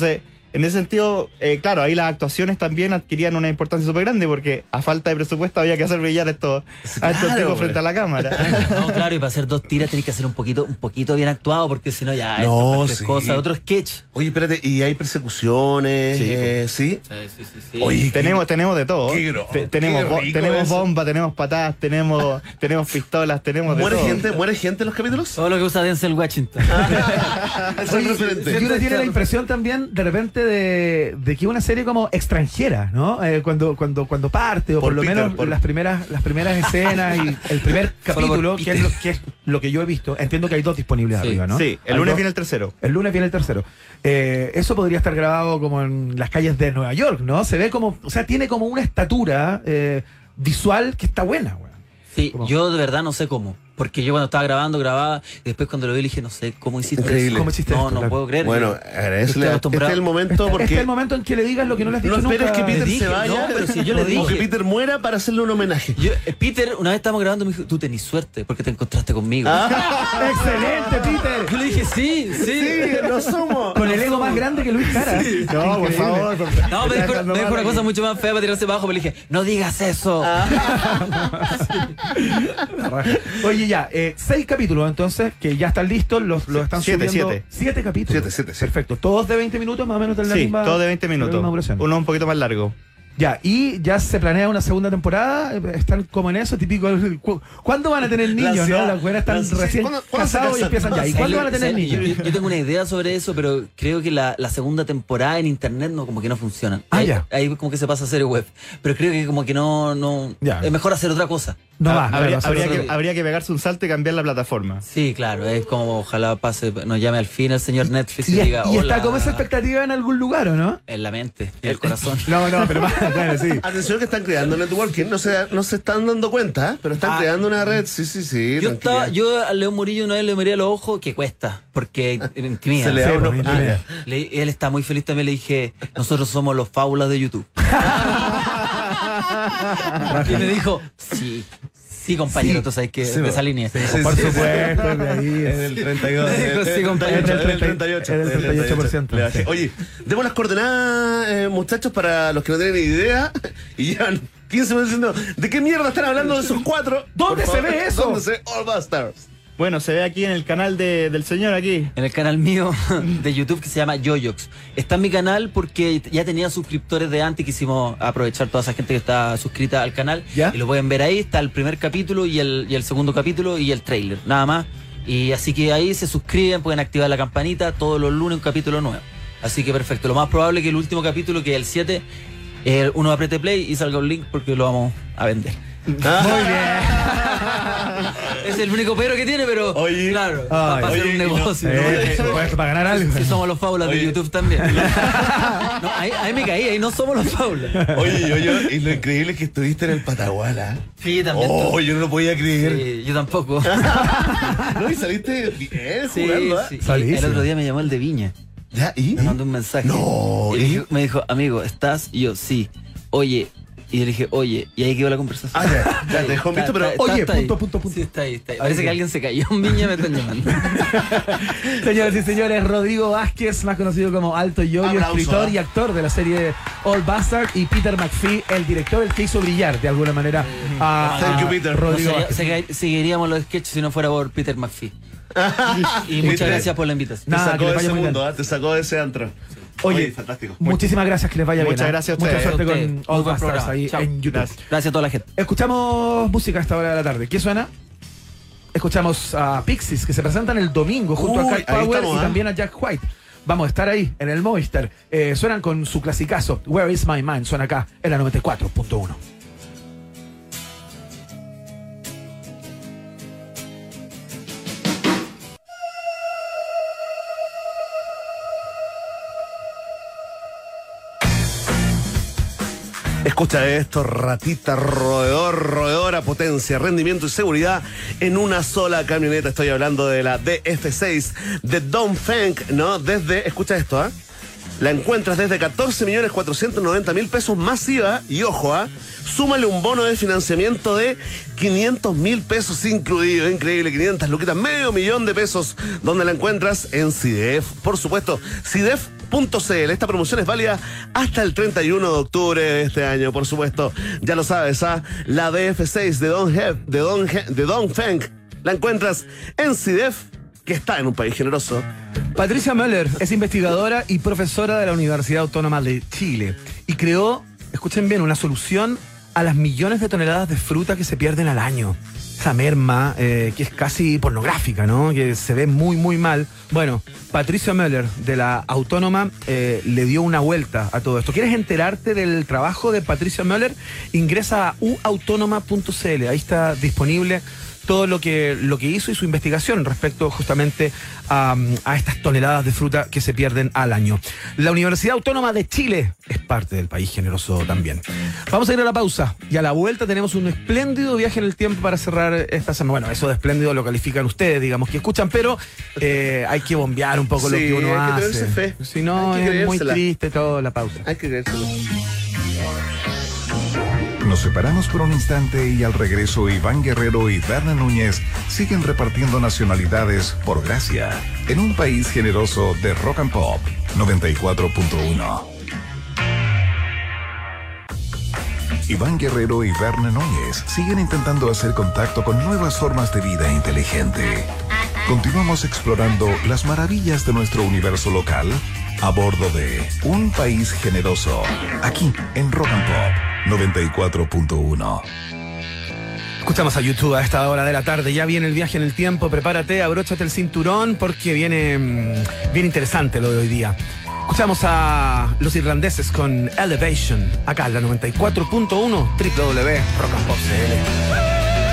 En ese sentido, eh, claro, ahí las actuaciones también adquirían una importancia súper grande porque a falta de presupuesto había que hacer brillar a estos, a estos Claro, tipos frente a la cámara. No, claro, y para hacer dos tiras tenés que hacer un poquito, un poquito bien actuado, porque si no ya No, esto es sí. cosa, otro sketch. Oye, espérate, ¿y hay persecuciones? Sí, eh, ¿sí? Sí, sí, sí, sí. Oye, tenemos, tenemos de todo. qué gro- Te- tenemos qué bo- rico tenemos eso. bomba, tenemos patadas, tenemos, tenemos pistolas, tenemos de ¿muere todo. gente, ¿muere gente en los capítulos? Todo lo que usa Denzel Washington. Es el referente. Y uno tiene la impresión también de repente de, de que una serie como extranjera, ¿no? Eh, cuando, cuando, cuando parte, o por, Por lo Peter, menos por- las primeras, las primeras escenas y el primer Solo por capítulo, que Peter. es, lo, que es lo que yo he visto. Entiendo que hay dos disponibles Sí. arriba, ¿no? Sí, el Hay lunes dos. viene el tercero. El lunes viene el tercero. Eh, eso podría estar grabado como en las calles de Nueva York, ¿no? Se ve como, o sea, tiene como una estatura eh, visual que está buena, güey. Sí, ¿Cómo? yo de verdad no sé cómo. Porque yo cuando estaba grabando, grababa, y después cuando lo vi le dije, no sé, ¿cómo hiciste Increíble. eso? ¿Cómo hiciste no, esto? no Claro. puedo creer. Bueno, Estoy agradecele. Este es acostumbrado. el momento Este, porque este es el momento en que le digas lo que no le has dicho no esperes nunca. que Peter Le dije, se vaya no, pero si yo le o que dije. Peter muera para hacerle un homenaje. Yo, eh, Peter, una vez estábamos grabando, me dijo, tú tenés suerte porque te encontraste conmigo. Ah. ¡Excelente, Peter! Yo le dije, sí, sí. Sí, no somos. Con el ego más grande que Luis Cara. No, por Increíble. favor. por- No, me está dijo, dejando me dijo mal una cosa aquí. mucho más fea para tirarse abajo, pero le dije, no digas eso. Oye, ya, eh, seis capítulos entonces, que ya están listos, los, los están Siete, subiendo. siete. Siete capítulos. Siete, siete, sí. Perfecto. Todos de veinte minutos, más o menos de la Sí, misma. todo de veinte de la minutos. misma duración. Uno un poquito más largo. Ya, y ya se planea una segunda temporada, eh, están como en eso, típico. cu- ¿Cuándo van a tener niños, La ansiedad. no? Las buenas La están ansiedad. recién ¿Cuándo- cuándo se casados y casan? empiezan ya. ¿Y ¿Sabes cuándo lo- van a tener sabes? niños? Yo, yo tengo una idea sobre eso, pero creo que la, la segunda temporada en internet no como que no funciona. Ah, ahí, ya. ahí como que se pasa a serie web. Pero creo que como que no, no Ya. es mejor hacer otra cosa. No Ah, va, no habría, va a ser habría otro que, día. habría que pegarse un salto y cambiar la plataforma. Sí, claro, es como ojalá pase, nos llame al fin el señor Netflix y, Y, diga, y hola. está como esa expectativa en algún lugar, ¿o no? En la mente, en el corazón. No, no, pero más, claro, sí. Atención que están creando networking, no se, no se están dando cuenta, ¿eh? Pero están Ah. creando una red, sí, sí, sí. Yo, estaba, tranquilidad. yo a León Murillo una vez le miré a los ojos, que cuesta, porque me intimida. Se le Sí, da uno- pues, Ah, intimida. ya. Le- él está muy feliz también, le dije, nosotros somos los fábulas de YouTube. Y me dijo, sí, sí compañero, Sí. tú sabes que Sí, de esa línea. sí, Por sí, sí. supuesto, de ahí. En el treinta y dos. Sí, en el sí, compañero. treinta y ocho, En el en el treinta y ocho. en el treinta y ocho por ciento. Le bajé. Sí. Oye, demos las coordenadas, eh, muchachos, para los que no tienen ni idea. Y llevan quince minutos diciendo, ¿de qué mierda están hablando de esos cuatro? ¿Dónde Por se favor, ve eso? ¿Dónde se ve All Busters? Bueno, se ve aquí en el canal de- del señor aquí. En el canal mío de YouTube que se llama Yoyox. Está en mi canal porque ya tenía suscriptores de antes, quisimos aprovechar toda esa gente que está suscrita al canal. ¿Ya? Y lo pueden ver ahí, está el primer capítulo y el, y el segundo capítulo y el trailer, nada más. Y así que ahí se suscriben, pueden activar la campanita, todos los lunes un capítulo nuevo. Así que perfecto, lo más probable es que el último capítulo, que es el siete, eh, uno apriete play y salga un link porque lo vamos a vender. Muy bien. Es el único pero que tiene, pero Oye. claro, Ay, va a ser oye, un y no- negocio. Eh, por supuesto, para ganar algo. Si somos los fábulas de Oye. YouTube también. No, ahí, ahí me caí, ahí no somos los fábulas. Oye, yo, yo, y lo increíble es que estuviste en el Pataguala. Sí, también. Oh, yo no lo podía creer. Sí, yo tampoco. No, y saliste bien Sí, jugando, ¿eh? sí. Salísimo. El otro día me llamó el de Viña. ¿Ya? ¿Y? Me mandó un mensaje. No, Y ¿y? dijo- me dijo, amigo, ¿estás? Y yo, sí. Oye. Y yo le dije, oye. Y ahí quedó la conversación. Ah, ya, ya, te dejó en visto, pero- Oye, está ahí. punto, punto, punto. Sí, está ahí, está ahí. Ahí Parece sí. que alguien se cayó en Viña, me están llamando. Señoras y señores, Rodrigo Vázquez, más conocido como Alto Yoyo, Aplauso, escritor ¿eh? y actor de la serie All Bastard, y Peter McPhee, el director, el que hizo brillar de alguna manera a, Thank you, a Peter. No Rodrigo sería- Vázquez. se- seguiríamos los sketches si no fuera por Peter McPhee. Y ¿Viste? muchas gracias por la invitación. Te Nada, que sacó les de vaya ese muy bien. mundo, ¿ah? Te sacó de ese antro. Oye, fantástico. Muchísimas gracias, que les vaya bien. Muchas ¿eh? gracias a Mucha ustedes. suerte A ustedes. con Muy All buen Bastard programa. ahí Chao. en YouTube. Gracias. Gracias a toda la gente. Escuchamos música a esta hora de la tarde. ¿Qué suena? Escuchamos a Pixies, que se presentan el domingo junto Uy, a ahí Cat Power estamos, y ¿ah? también a Jack White. Vamos a estar ahí en el Movistar. Eh, suenan con su clasicazo, Where is my mind? Suena acá en la noventa y cuatro punto uno. Escucha esto, ratita, roedor, roedora, potencia, rendimiento y seguridad en una sola camioneta. Estoy hablando de la D F seis de Dongfeng, ¿no? Desde, escucha esto, ¿ah? La encuentras desde catorce millones cuatrocientos noventa mil pesos masiva y ojo, ¿ah? Súmale un bono de financiamiento de quinientos mil pesos incluido. Increíble, quinientas luquitas, medio millón de pesos. ¿Dónde la encuentras? En C I D E F, por supuesto. C I D E F punto c l. Esta promoción es válida hasta el treinta y uno de octubre de este año, por supuesto. Ya lo sabes, ¿ah? La D F seis de Don He, de Don He, de Don Feng la encuentras en CIDEF, que está en un país generoso. Patricia Möller es investigadora y profesora de la Universidad Autónoma de Chile y creó, escuchen bien, una solución a las millones de toneladas de fruta que se pierden al año. Esa merma, eh, que es casi pornográfica, ¿no? Que se ve muy, muy mal. Bueno, Patricia Möller, de la Autónoma, eh, le dio una vuelta a todo esto. ¿Quieres enterarte del trabajo de Patricia Möller? Ingresa a u autónoma punto c l. Ahí está disponible todo lo que, lo que hizo y su investigación respecto justamente a, a estas toneladas de fruta que se pierden al año. La Universidad Autónoma de Chile es parte del país generoso también. Vamos a ir a la pausa y a la vuelta tenemos un espléndido viaje en el tiempo para cerrar esta semana. Bueno, eso de espléndido lo califican ustedes, digamos, que escuchan, pero eh, hay que bombear un poco Sí, lo que uno hay que hace. tenerse fe. Si no, Hay que es muy creérsela. triste todo la pausa. Hay que creérselo. Nos separamos por un instante y al regreso Iván Guerrero y Berna Núñez siguen repartiendo nacionalidades por gracia en un país generoso de Rock and Pop noventa y cuatro punto uno. Iván Guerrero y Berna Núñez siguen intentando hacer contacto con nuevas formas de vida inteligente. Continuamos explorando las maravillas de nuestro universo local a bordo de Un País Generoso, aquí en Rock and Pop noventa y cuatro punto uno. Escuchamos a YouTube a esta hora de la tarde. Ya viene el viaje en el tiempo. Prepárate, abróchate el cinturón porque viene mm, bien interesante lo de hoy día. Escuchamos a los irlandeses con Elevation, acá en la noventa y cuatro punto uno, doble u doble u doble u punto rock and pop punto c l.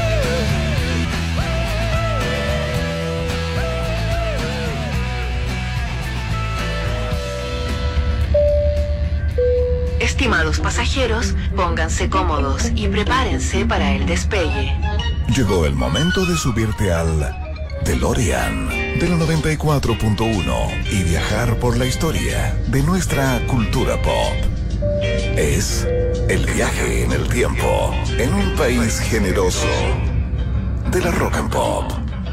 Estimados pasajeros, pónganse cómodos y prepárense para el despegue. Llegó el momento de subirte al DeLorean de la noventa y cuatro punto uno y viajar por la historia de nuestra cultura pop. Es el viaje en el tiempo en un país generoso de la Rock and Pop.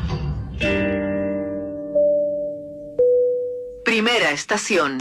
Primera estación.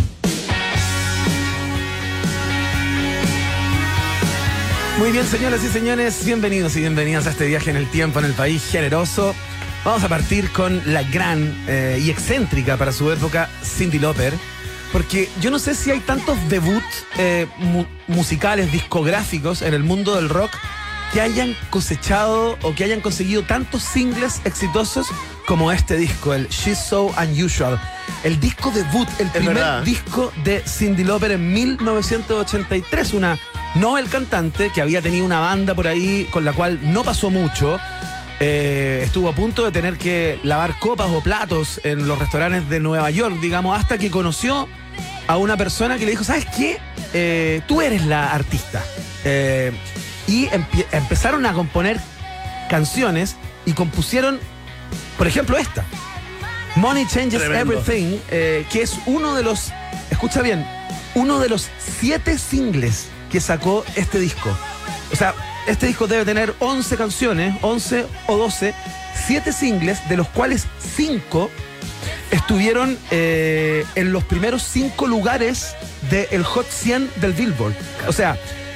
Muy bien, señoras y señores, bienvenidos y bienvenidas a este viaje en el tiempo en el país generoso. Vamos a partir con la gran eh, y excéntrica para su época Cyndi Lauper, porque yo no sé si hay tantos debuts eh, mu musicales, discográficos en el mundo del rock que hayan cosechado o que hayan conseguido tantos singles exitosos como este disco, el She's So Unusual. El disco debut, el primer verdad. disco de Cyndi Lauper en mil novecientos ochenta y tres, una Noel cantante que había tenido una banda por ahí con la cual no pasó mucho. Eh, estuvo a punto de tener que lavar copas o platos en los restaurantes de Nueva York, digamos, hasta que conoció a una persona que le dijo, ¿sabes qué? Eh, tú eres la artista. Eh, y empie- empezaron a componer canciones y compusieron, por ejemplo, esta. Money Changes Tremendo. Everything, eh, que es uno de los, escucha bien, uno de los siete singles que sacó este disco. O sea, este disco debe tener once canciones, once o doce, siete singles, de los cuales cinco estuvieron eh, en los primeros cinco lugares del Hot cien del Billboard. O sea,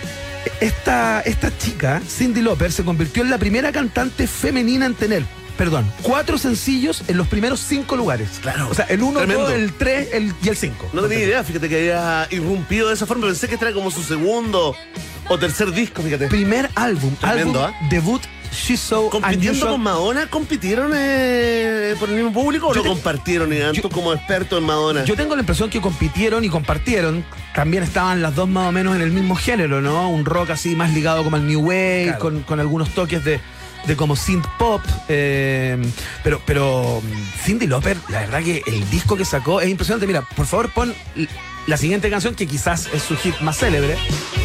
esta, esta chica, Cyndi Lauper, se convirtió en la primera cantante femenina en tener, perdón, cuatro sencillos en los primeros cinco lugares. Claro. O sea, el uno, el Tremendo. dos, el tres el, y el cinco. No tenía idea, fíjate que había irrumpido de esa forma. Pensé que este era como su segundo o tercer disco, fíjate. Primer álbum, Tremendo, álbum ¿ah? debut, She's So ¿Compitiendo Unusual. con Madonna? ¿Compitieron eh, por el mismo público o Yo lo te- compartieron, Iván, yo- tú como experto en Madonna? Yo tengo la impresión que compitieron y compartieron. También estaban las dos más o menos en el mismo género, ¿no? Un rock así más ligado como al New Wave, Claro. con, con algunos toques de, de como synth pop. eh, pero, pero Cyndi Lauper, la verdad que el disco que sacó es impresionante. Mira, por favor pon l- la siguiente canción, que quizás es su hit más célebre,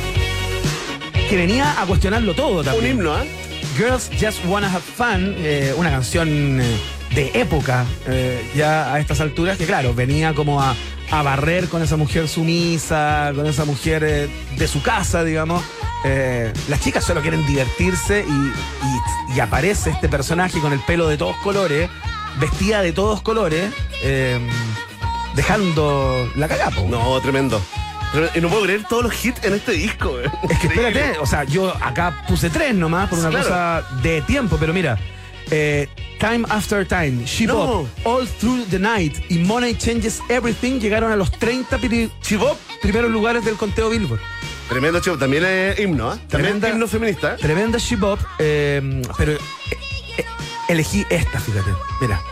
que venía a cuestionarlo todo Un también. himno, ¿ah? Girls Just Wanna Have Fun, eh, una canción eh, de época eh, ya a estas alturas, que claro, venía como a, a barrer con esa mujer sumisa, con esa mujer eh, de su casa, digamos. Eh, las chicas solo quieren divertirse y, y- y aparece este personaje con el pelo de todos colores, vestida de todos colores, eh, dejando la cagada, po. No, tremendo. Tremendo. Y no puedo creer todos los hits en este disco. eh. Es que Increíble. espérate, o sea, yo acá puse tres nomás por una Claro. cosa de tiempo, pero mira, eh, Time After Time, She No. Bop, All Through the Night y Money Changes Everything llegaron a los treinta pri- Chibop, primeros lugares del conteo Billboard. tremendo Chibop. También es himno, ¿ah? También Tremenda- himno feminista. ¿eh? Tremenda She Bop, eh, pero eh, eh, elegí esta, fíjate, mira.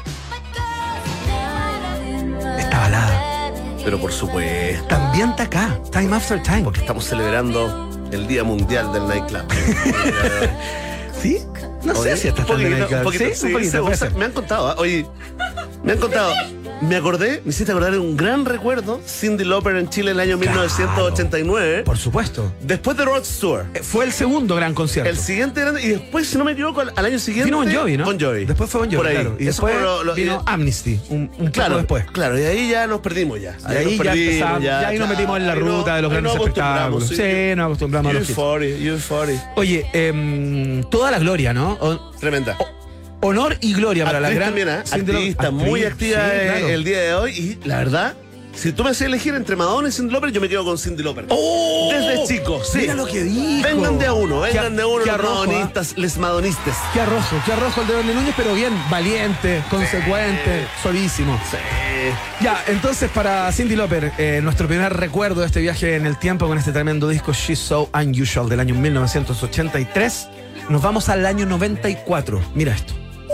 Esta balada. Pero por supuesto, También está acá, Time After Time. porque estamos celebrando el Día Mundial del Nightclub. ¿Sí? No sé Oye, si esta un está en poquito, el un poquito, ¿Sí? sí, un poquito, se puede usa. ser. Me han contado, ¿ah? Oye, me han contado. Me acordé, me hiciste acordar de un gran recuerdo, Cyndi Lauper en Chile en el año mil novecientos ochenta y nueve, Por supuesto. después de Rod Stewart. Eh, Fue el segundo gran concierto. El siguiente grande, y después, si no me equivoco, al, al año siguiente. Vino Bon Jovi, ¿no? Bon Jovi. Después fue Bon Jovi, Por ahí. claro. Y Eso después fue lo- lo- vino y- Amnesty, un, un Claro, poco después. claro, y ahí ya nos perdimos ya. Y ahí nos ya perdimos, empezamos, ya ahí nos claro, metimos en la ahí no- ruta de los ahí grandes nos acostumbramos, espectáculos. Sí, nos acostumbramos a los hits. U cuarenta, U cuarenta. Oye, em, toda la gloria, ¿no? O- Tremenda. honor y gloria para la Actriz gran también, ¿eh? Cyndi Lauper. Activista, muy Actriz, activa sí, eh, claro. el día de hoy. Y la verdad, si tú me haces elegir entre Madonna y Cyndi Lauper, yo me quedo con Cyndi Lauper. ¡Oh! Desde chico, sí. Mira lo que dijo. Vengan de a uno, Qué- vengan de a uno qué los arrojo, madonistas, les madonistas. Qué arrojo, qué arrojo el de Bernie Núñez, pero bien, valiente, consecuente, suavísimo. Sí. Ya, entonces para Cyndi Lauper, eh, nuestro primer recuerdo de este viaje en el tiempo con este tremendo disco She's So Unusual del año mil novecientos ochenta y tres, nos vamos al año noventa y cuatro. Mira esto.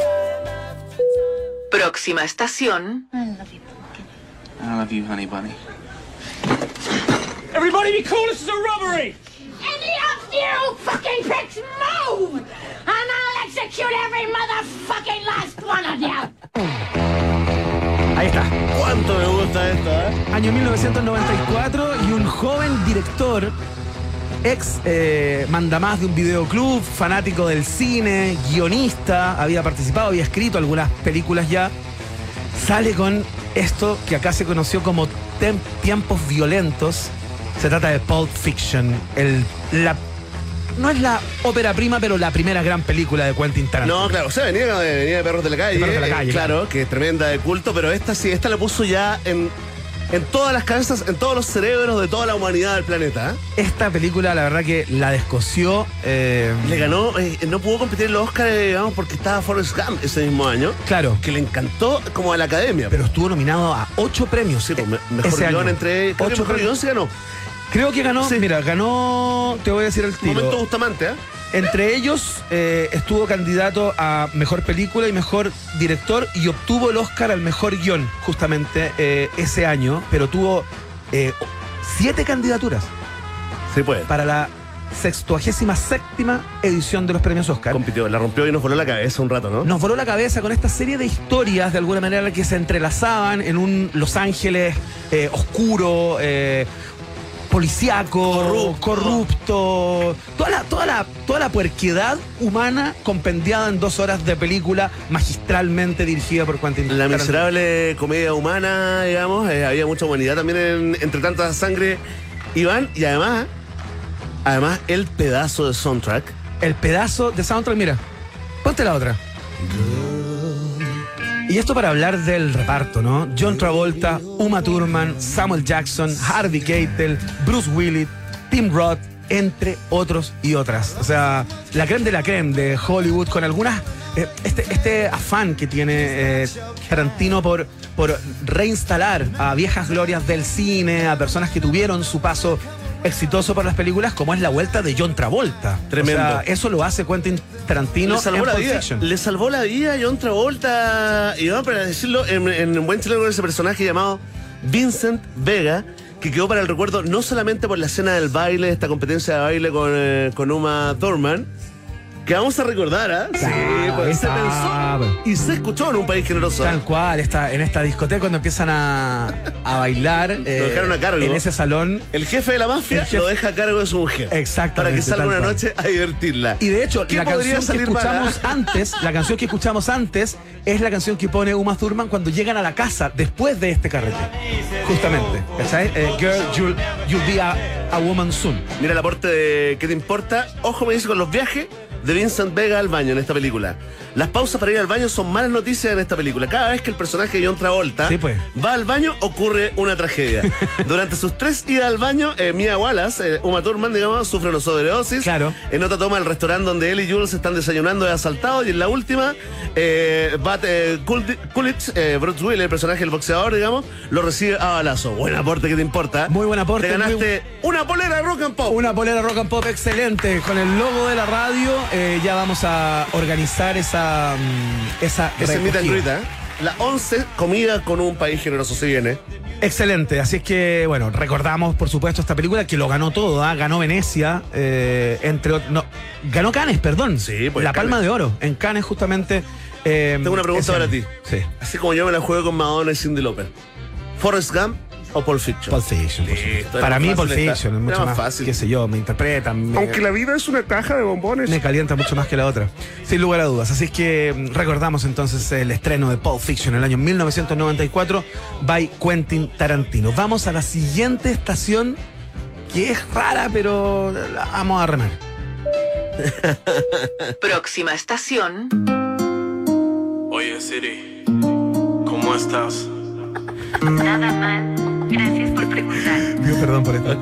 Próxima estación. I love you, honey bunny. Everybody be cool, this is a robbery! Any of you fucking pricks move! And I'll execute every motherfucking last one of you! Ahí está. ¿Cuánto me gusta esto, eh? Año mil novecientos noventa y cuatro y un joven director, ex eh, mandamás de un videoclub, fanático del cine, guionista, había participado, había escrito algunas películas ya, sale con esto que acá se conoció como tem- Tiempos Violentos. Se trata de Pulp Fiction, el, la, no es la ópera prima, pero la primera gran película de Quentin Tarantino. No, claro, o sea, venía de, venía de Perros de la Calle. De Perros de la eh, Calle, claro, claro. que es tremenda de culto, pero esta sí, esta la puso ya en, en todas las cabezas, en todos los cerebros de toda la humanidad del planeta. ¿eh? Esta película, la verdad que la descoció. eh, Le ganó, eh, no pudo competir en los Oscars, digamos, porque estaba Forrest Gump ese mismo año, claro, que le encantó como a la academia. pero estuvo nominado a ocho premios. sí, pues, me- eh, mejor ese guión año. entre. Creo que Ocho mejor premios. guión se ganó. Creo que ganó, Sí. mira, ganó, te voy a decir el tiro. Momento Bustamante, ¿eh? Entre ellos eh, estuvo candidato a mejor película y mejor director y obtuvo el Oscar al mejor guión justamente eh, ese año, pero tuvo eh, siete candidaturas Sí, pues. para la sextuagésima séptima edición de los premios Oscar. Compitió, la rompió y nos voló la cabeza un rato, ¿no? Nos voló la cabeza con esta serie de historias, de alguna manera, que se entrelazaban en un Los Ángeles eh, oscuro, eh, policíaco, Corrupto. corrupto, toda la, toda la, toda la puerquedad humana compendiada en dos horas de película magistralmente dirigida por Quentin La Tarantino. miserable comedia humana, digamos, eh, había mucha humanidad también en- entre tanta sangre, Iván, y además, además el pedazo de soundtrack. El pedazo de soundtrack, mira, ponte la otra. Y esto para hablar del reparto, ¿no? John Travolta, Uma Thurman, Samuel Jackson, Harvey Keitel, Bruce Willis, Tim Roth, entre otros y otras. O sea, la creme de la creme de Hollywood con algunas... eh, este, este afán que tiene eh, Tarantino por, por reinstalar a viejas glorias del cine, a personas que tuvieron su paso exitoso por las películas, como es la vuelta de John Travolta. Tremendo. O sea, eso lo hace Quentin Tarantino Le salvó en la Pulp vida. Fiction. Le salvó la vida a John Travolta, Iván, para decirlo en, en buen chileno, con ese personaje llamado Vincent Vega, que quedó para el recuerdo no solamente por la escena del baile, esta competencia de baile con, eh, con Uma Thurman, que vamos a recordar, ¿ah? Sí, pues se Ah, pensó y se escuchó en un país generoso. Tal cual, está en esta discoteca cuando empiezan a, a bailar eh, dejaron a cargo. en ese salón. El jefe de la mafia El jefe- lo deja a cargo de su mujer. Exactamente, Para que salga tal una cual. noche a divertirla. Y de hecho, ¿Qué la podría canción que salir mal, escuchamos ah? antes, la canción que escuchamos antes, es la canción que pone Uma Thurman cuando llegan a la casa después de este carrete. Justamente. ¿Cachai? Eh, girl, you'll, you'll be a, a woman soon. Mira el aporte de ¿Qué te importa? Ojo, me dice con los viajes. de Vincent Vega al baño en esta película. Las pausas para ir al baño son malas noticias en esta película. Cada vez que el personaje de John Travolta sí, pues. va al baño, ocurre una tragedia. Durante sus tres idas al baño, eh, Mia Wallace, eh, Uma Thurman, digamos, sufre una sobredosis. Claro. En otra toma, el restaurante donde él y Jules están desayunando es asaltado. Y en la última, eh, Bat eh, Coolidge, eh, Bruce Willis, el personaje del boxeador, digamos, lo recibe a balazo. Buen aporte, ¿qué te importa? Muy buen aporte. Te ganaste muy... una polera de Rock and Pop. Una polera Rock and Pop excelente. Con el logo de la radio, eh, ya vamos a organizar esa... Esa Ese meet and greet, ¿eh? La once comida con un país generoso se viene. Excelente, así es que, bueno, recordamos, por supuesto, esta película que lo ganó todo, ¿eh? Ganó Venecia, eh, entre otros... No, ganó Cannes, perdón. Sí, pues La Cannes. Palma de Oro, en Cannes justamente. Eh, Tengo una pregunta para ti. Sí. Así como yo me la juego con Madonna y Cyndi Lauper. ¿Forrest Gump o Pulp Fiction? Pulp Fiction. por Listo, supuesto. era Para más mí, Pulp fácil Fiction esta. es mucho Era más, más fácil. qué sé yo, me interpretan. Me, Aunque la vida es una caja de bombones. me calienta mucho más que la otra, sin lugar a dudas. Así es que mm, recordamos entonces el estreno de Pulp Fiction en el año mil novecientos noventa y cuatro by Quentin Tarantino. Vamos a la siguiente estación, que es rara, pero la vamos a remar. Próxima estación. Oye, Siri, ¿cómo estás? Nada mal. Gracias por preguntar. Pido perdón por esto.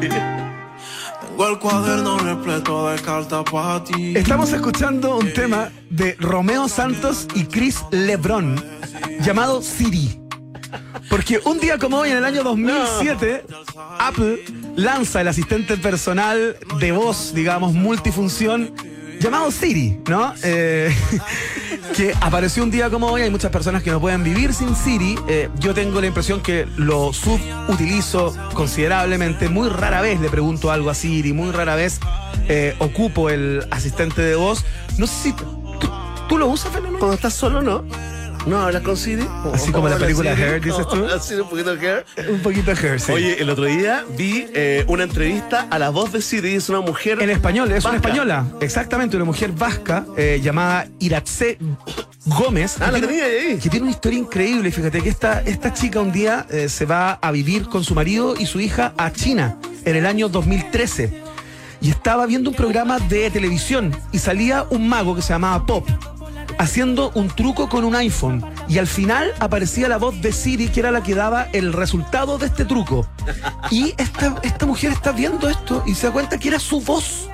Tengo el cuaderno repleto de cartas para ti. Estamos escuchando un tema de Romeo Santos y Chris Lebron llamado Siri. Porque un día como hoy, en el año dos mil siete, Apple lanza el asistente personal de voz, digamos, multifunción, llamado Siri, ¿no? Eh, que apareció un día como hoy. Hay muchas personas que no pueden vivir sin Siri. Eh, yo tengo la impresión que lo subutilizo considerablemente. Muy rara vez le pregunto algo a Siri, muy rara vez eh, ocupo el asistente de voz. No sé si tú, tú lo usas, Fernando. Cuando estás solo, ¿no? No, hablas con Siri. Así como la Hola, película Siri. Hair, dices tú. Así un poquito de Hair. Un poquito de Hair, sí. Oye, el otro día vi eh, una entrevista a la voz de Siri. Es una mujer. En español, es una vasca. española. Exactamente, una mujer vasca eh, llamada Iratxe Gómez. Ah, que la tiene- tenía ahí. Que tiene una historia increíble. Fíjate que esta, esta chica un día eh, se va a vivir con su marido y su hija a China en el año dos mil trece. Y estaba viendo un programa de televisión y salía un mago que se llamaba Pop haciendo un truco con un iPhone. Y al final aparecía la voz de Siri, que era la que daba el resultado de este truco. Y esta, esta mujer está viendo esto y se da cuenta que era su voz.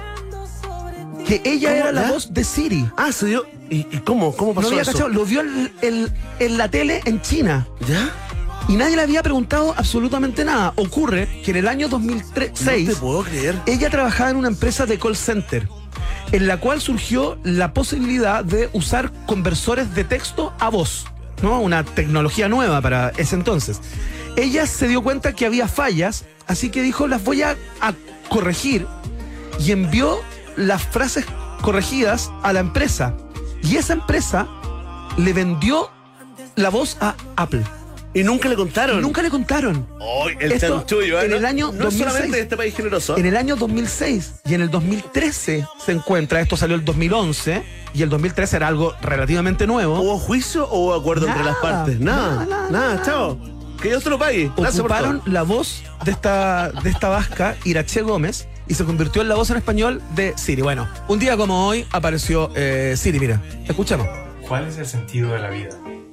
Que ella ¿Cómo? era la ¿Ya? voz de Siri. Ah, se dio. ¿Y, y cómo? ¿Cómo No pasó había eso? cachado, lo vio en, en- en la tele en China. ¿Ya? Y nadie le había preguntado absolutamente nada. Ocurre que en el año dos mil seis No te puedo creer. ella trabajaba en una empresa de call center, en la cual surgió la posibilidad de usar conversores de texto a voz, ¿no? Una tecnología nueva para ese entonces. Ella se dio cuenta que había fallas, así que dijo, las voy a, a corregir, y envió las frases corregidas a la empresa. Y esa empresa le vendió la voz a Apple. Y nunca le contaron. Y nunca le contaron. Oh, el Esto chanchullo, ¿eh? en No- el año no dos mil seis. solamente de este país generoso. En el año dos mil seis y en el dos mil trece se encuentra, esto salió el dos mil once y el dos mil trece era algo relativamente nuevo. ¿Hubo juicio o hubo acuerdo entre las Nada, partes? Nada, nada, nada, nada. chao. Que yo otro país. Gracias por Ocuparon todo. la voz de esta, de esta vasca, Iratxe Gómez, y se convirtió en la voz en español de Siri. Bueno, un día como hoy apareció eh, Siri, mira, escuchamos. ¿Cuál es el sentido de la vida?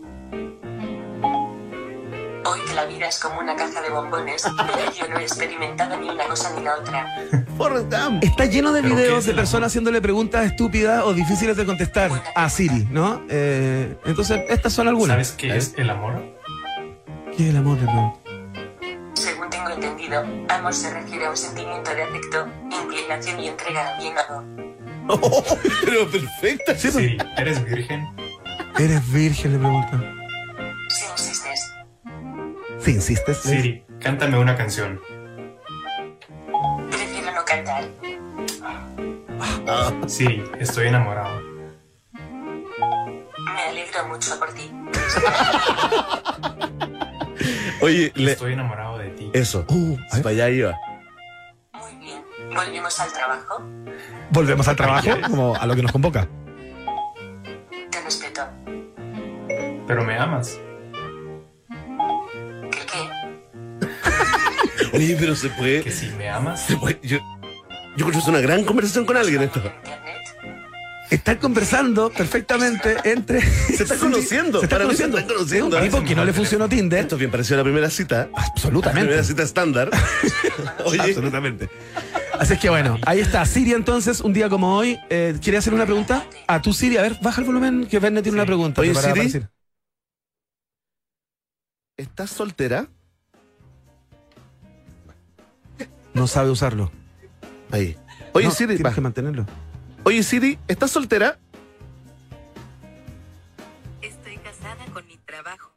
Hoy que la vida es como una caja de bombones, pero yo no he experimentado ni una cosa ni la otra. Forrest Gump. Está lleno de ¿Pero qué videos es de el personas haciéndole preguntas estúpidas o difíciles de contestar a Siri, ¿no? Eh, entonces, estas son algunas. ¿Sabes qué es el amor? ¿Qué es el amor, de pronto? Según tengo entendido, amor se refiere a un sentimiento de afecto, inclinación y entrega a alguien amado. Oh, pero perfecta. Sí, Siri, ¿eres virgen? ¿Eres virgen? Le preguntan. Si insistes, ¿Sí insistes? Siri, cántame una canción. prefiero no cantar. Siri, estoy enamorado. Me alegro mucho por ti. Oye, le... Estoy enamorado de ti. Eso. Uh, Si para allá iba. Muy bien, volvemos al trabajo. Volvemos al trabajo, como a lo que nos convoca. Te respeto. Pero me amas. ¿Qué qué? Oye, pero se puede. Que si me amas. Se puede. Yo, yo creo que es una gran conversación con alguien esto. ¿Internet? Están conversando perfectamente entre... Se están conociendo. Se están Para mí se conociendo. están conociendo. Un tipo que no le funcionó Tinder. Esto bien pareció la primera cita. Absolutamente. La primera cita estándar. Oye. Absolutamente. Así es que bueno, ahí está. Siri, entonces, un día como hoy, eh, ¿quiere hacer una pregunta? A tu Siri, a ver, baja el volumen, que Verne tiene Sí. una pregunta. Oye, preparada Siri. para decir. ¿Estás soltera? No sabe usarlo. Ahí. Oye, No, Siri. tienes va. que mantenerlo. Oye, Siri, ¿estás soltera? Estoy casada con mi trabajo.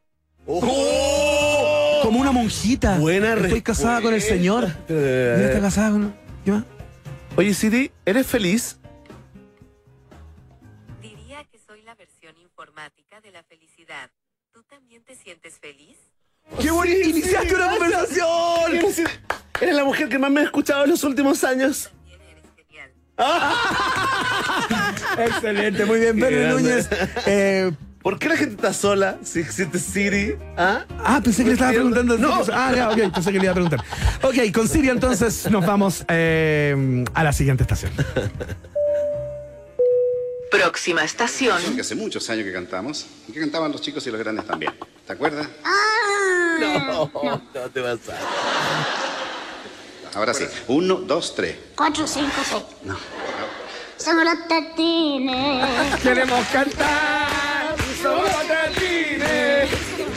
¡Oh! Como una monjita. Buena Estoy casada con el señor. Mira, está casada con... ¿Qué más? Oye, Siri, ¿eres feliz? Diría que soy la versión informática de la felicidad. ¿Tú también te sientes feliz? ¡Qué bueno! Sí, ¡Iniciaste sí, una gracias. conversación! Eres, eres la mujer que más me ha escuchado en los últimos años. También eres genial. Excelente, muy bien, Qué Verne grande. Núñez. Eh, ¿Por qué la gente está sola si existe Siri? ¿Ah? ah, pensé que le estaba preguntando. No. Ah, ya, ok, pensé que le iba a preguntar. Ok, con Siri entonces nos vamos eh, a la siguiente estación. Próxima estación. Que hace muchos años que cantamos y que cantaban los chicos y los grandes también. ¿Te acuerdas? No, no te vas a... Ahora sí. Uno, dos, tres. Cuatro, cinco, seis. No. Somos los tatines. Queremos cantar, somos tatines.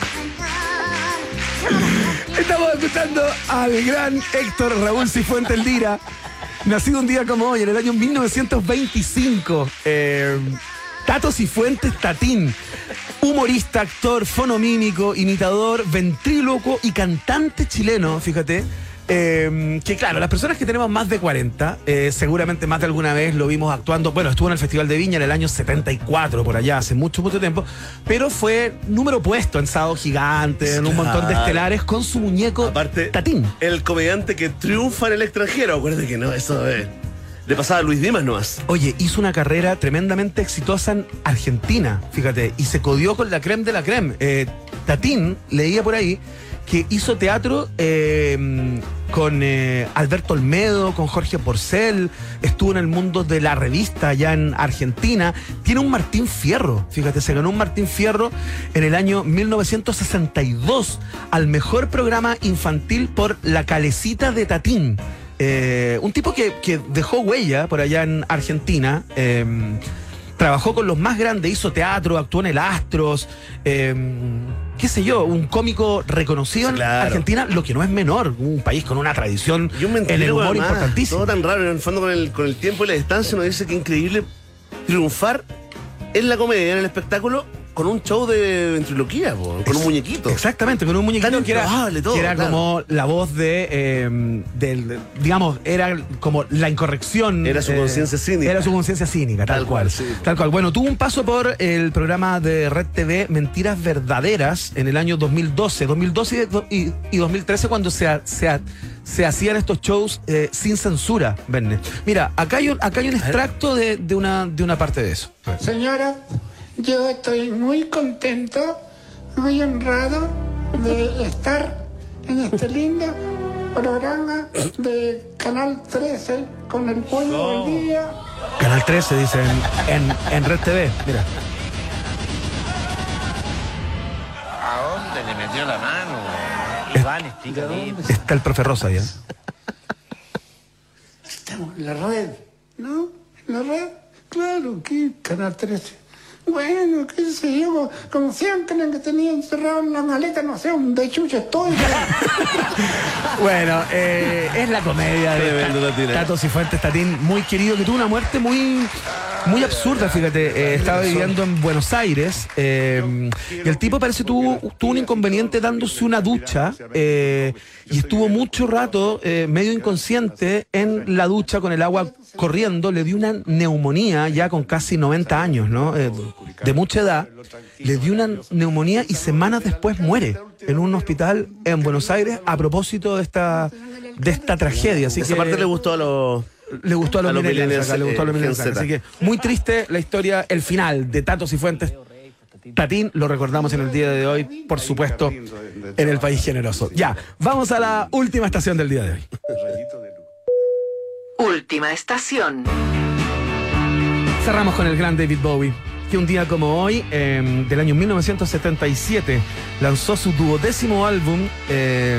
Estamos escuchando al gran Héctor Raúl Cifuentes Lira, nacido un día como hoy, en el año mil novecientos veinticinco. Eh, Tato Cifuentes Tatín, humorista, actor, fonomímico, imitador, ventrílocuo y cantante chileno, fíjate. Eh, que claro, las personas que tenemos más de cuarenta, eh, seguramente más de alguna vez lo vimos actuando. Bueno, estuvo en el Festival de Viña en el año setenta y cuatro, por allá, hace mucho, mucho tiempo. Pero fue número puesto en Sábado Gigante, en un Claro. montón de estelares con su muñeco Aparte, Tatín. el comediante que triunfa en el extranjero. Acuérdate que no, eso es... Le pasaba a Luis Dimas nomás. Oye, hizo una carrera tremendamente exitosa en Argentina, fíjate, y se codió con la creme de la creme. Eh, Tatín, leía por ahí, que hizo teatro eh, con eh, Alberto Olmedo, con Jorge Porcel, estuvo en el mundo de la revista allá en Argentina. Tiene un Martín Fierro, fíjate, se ganó un Martín Fierro en el año mil novecientos sesenta y dos al mejor programa infantil por La Calecita de Tatín. Eh, un tipo que, que dejó huella por allá en Argentina. Eh, trabajó con los más grandes, hizo teatro, actuó en el Astros, eh, qué sé yo, un cómico reconocido en Claro. Argentina, lo que no es menor, un país con una tradición Y un en el mentira, humor además, importantísimo. todo tan raro, en el fondo con el, con el tiempo y la distancia uno dice que increíble triunfar en la comedia, en el espectáculo, con un show de ventriloquía, po, con un muñequito. Exactamente, con un muñequito Tan que era, improbable todo, que era claro. como la voz de, eh, del, digamos, era como la incorrección. Era su eh, conciencia cínica. Era su conciencia cínica, tal, Tal cual. cual, sí. Tal cual. Bueno, tuvo un paso por el programa de Red T V Mentiras Verdaderas en el año dos mil doce, dos mil doce y, y- y dos mil trece, cuando se, ha- se, ha- se hacían estos shows eh, sin censura, Verne. Mira, acá hay un, acá hay un extracto de, de, una, de una parte de eso. Señora, yo estoy muy contento, muy honrado de estar en este lindo programa de Canal trece con el pueblo del día. Canal trece, dice en, en, en Red T V. Mira. ¿A dónde le metió la mano? Iván, explícame. Está el profe Rosa ya. Estamos en la red, ¿no? ¿En la red? Claro, aquí, Canal trece. Bueno, qué sé yo, como siempre que tenía encerrado en la maleta, no sé, de chucha estoy. Bueno, eh, es la comedia de Tremendo, Ta- Tatín, eh. Tato Cifuentes Tatín, muy querido, que tuvo una muerte muy, muy absurda, fíjate. Eh, estaba viviendo en Buenos Aires eh, y el tipo parece tuvo, tuvo un inconveniente dándose una ducha eh, y estuvo mucho rato eh, medio inconsciente en la ducha con el agua corriendo. Le dio una neumonía ya con casi noventa años, ¿no? Eh, de mucha edad. Le dio una neumonía y semanas después muere en un hospital en Buenos Aires a propósito de esta, de esta tragedia. Así Esa que parte le gustó a los... le gustó a los, a los millennials millennials, acá, le gustó a los eh, millennials Gen acá. Z. Así que muy triste la historia, el final de Tato Cifuentes Tatín, lo recordamos en el día de hoy, por supuesto, en el País Generoso. Ya, vamos a la última estación del día de hoy. Última estación. Cerramos con el gran David Bowie, que un día como hoy, eh, del año mil novecientos setenta y siete, lanzó su duodécimo álbum eh,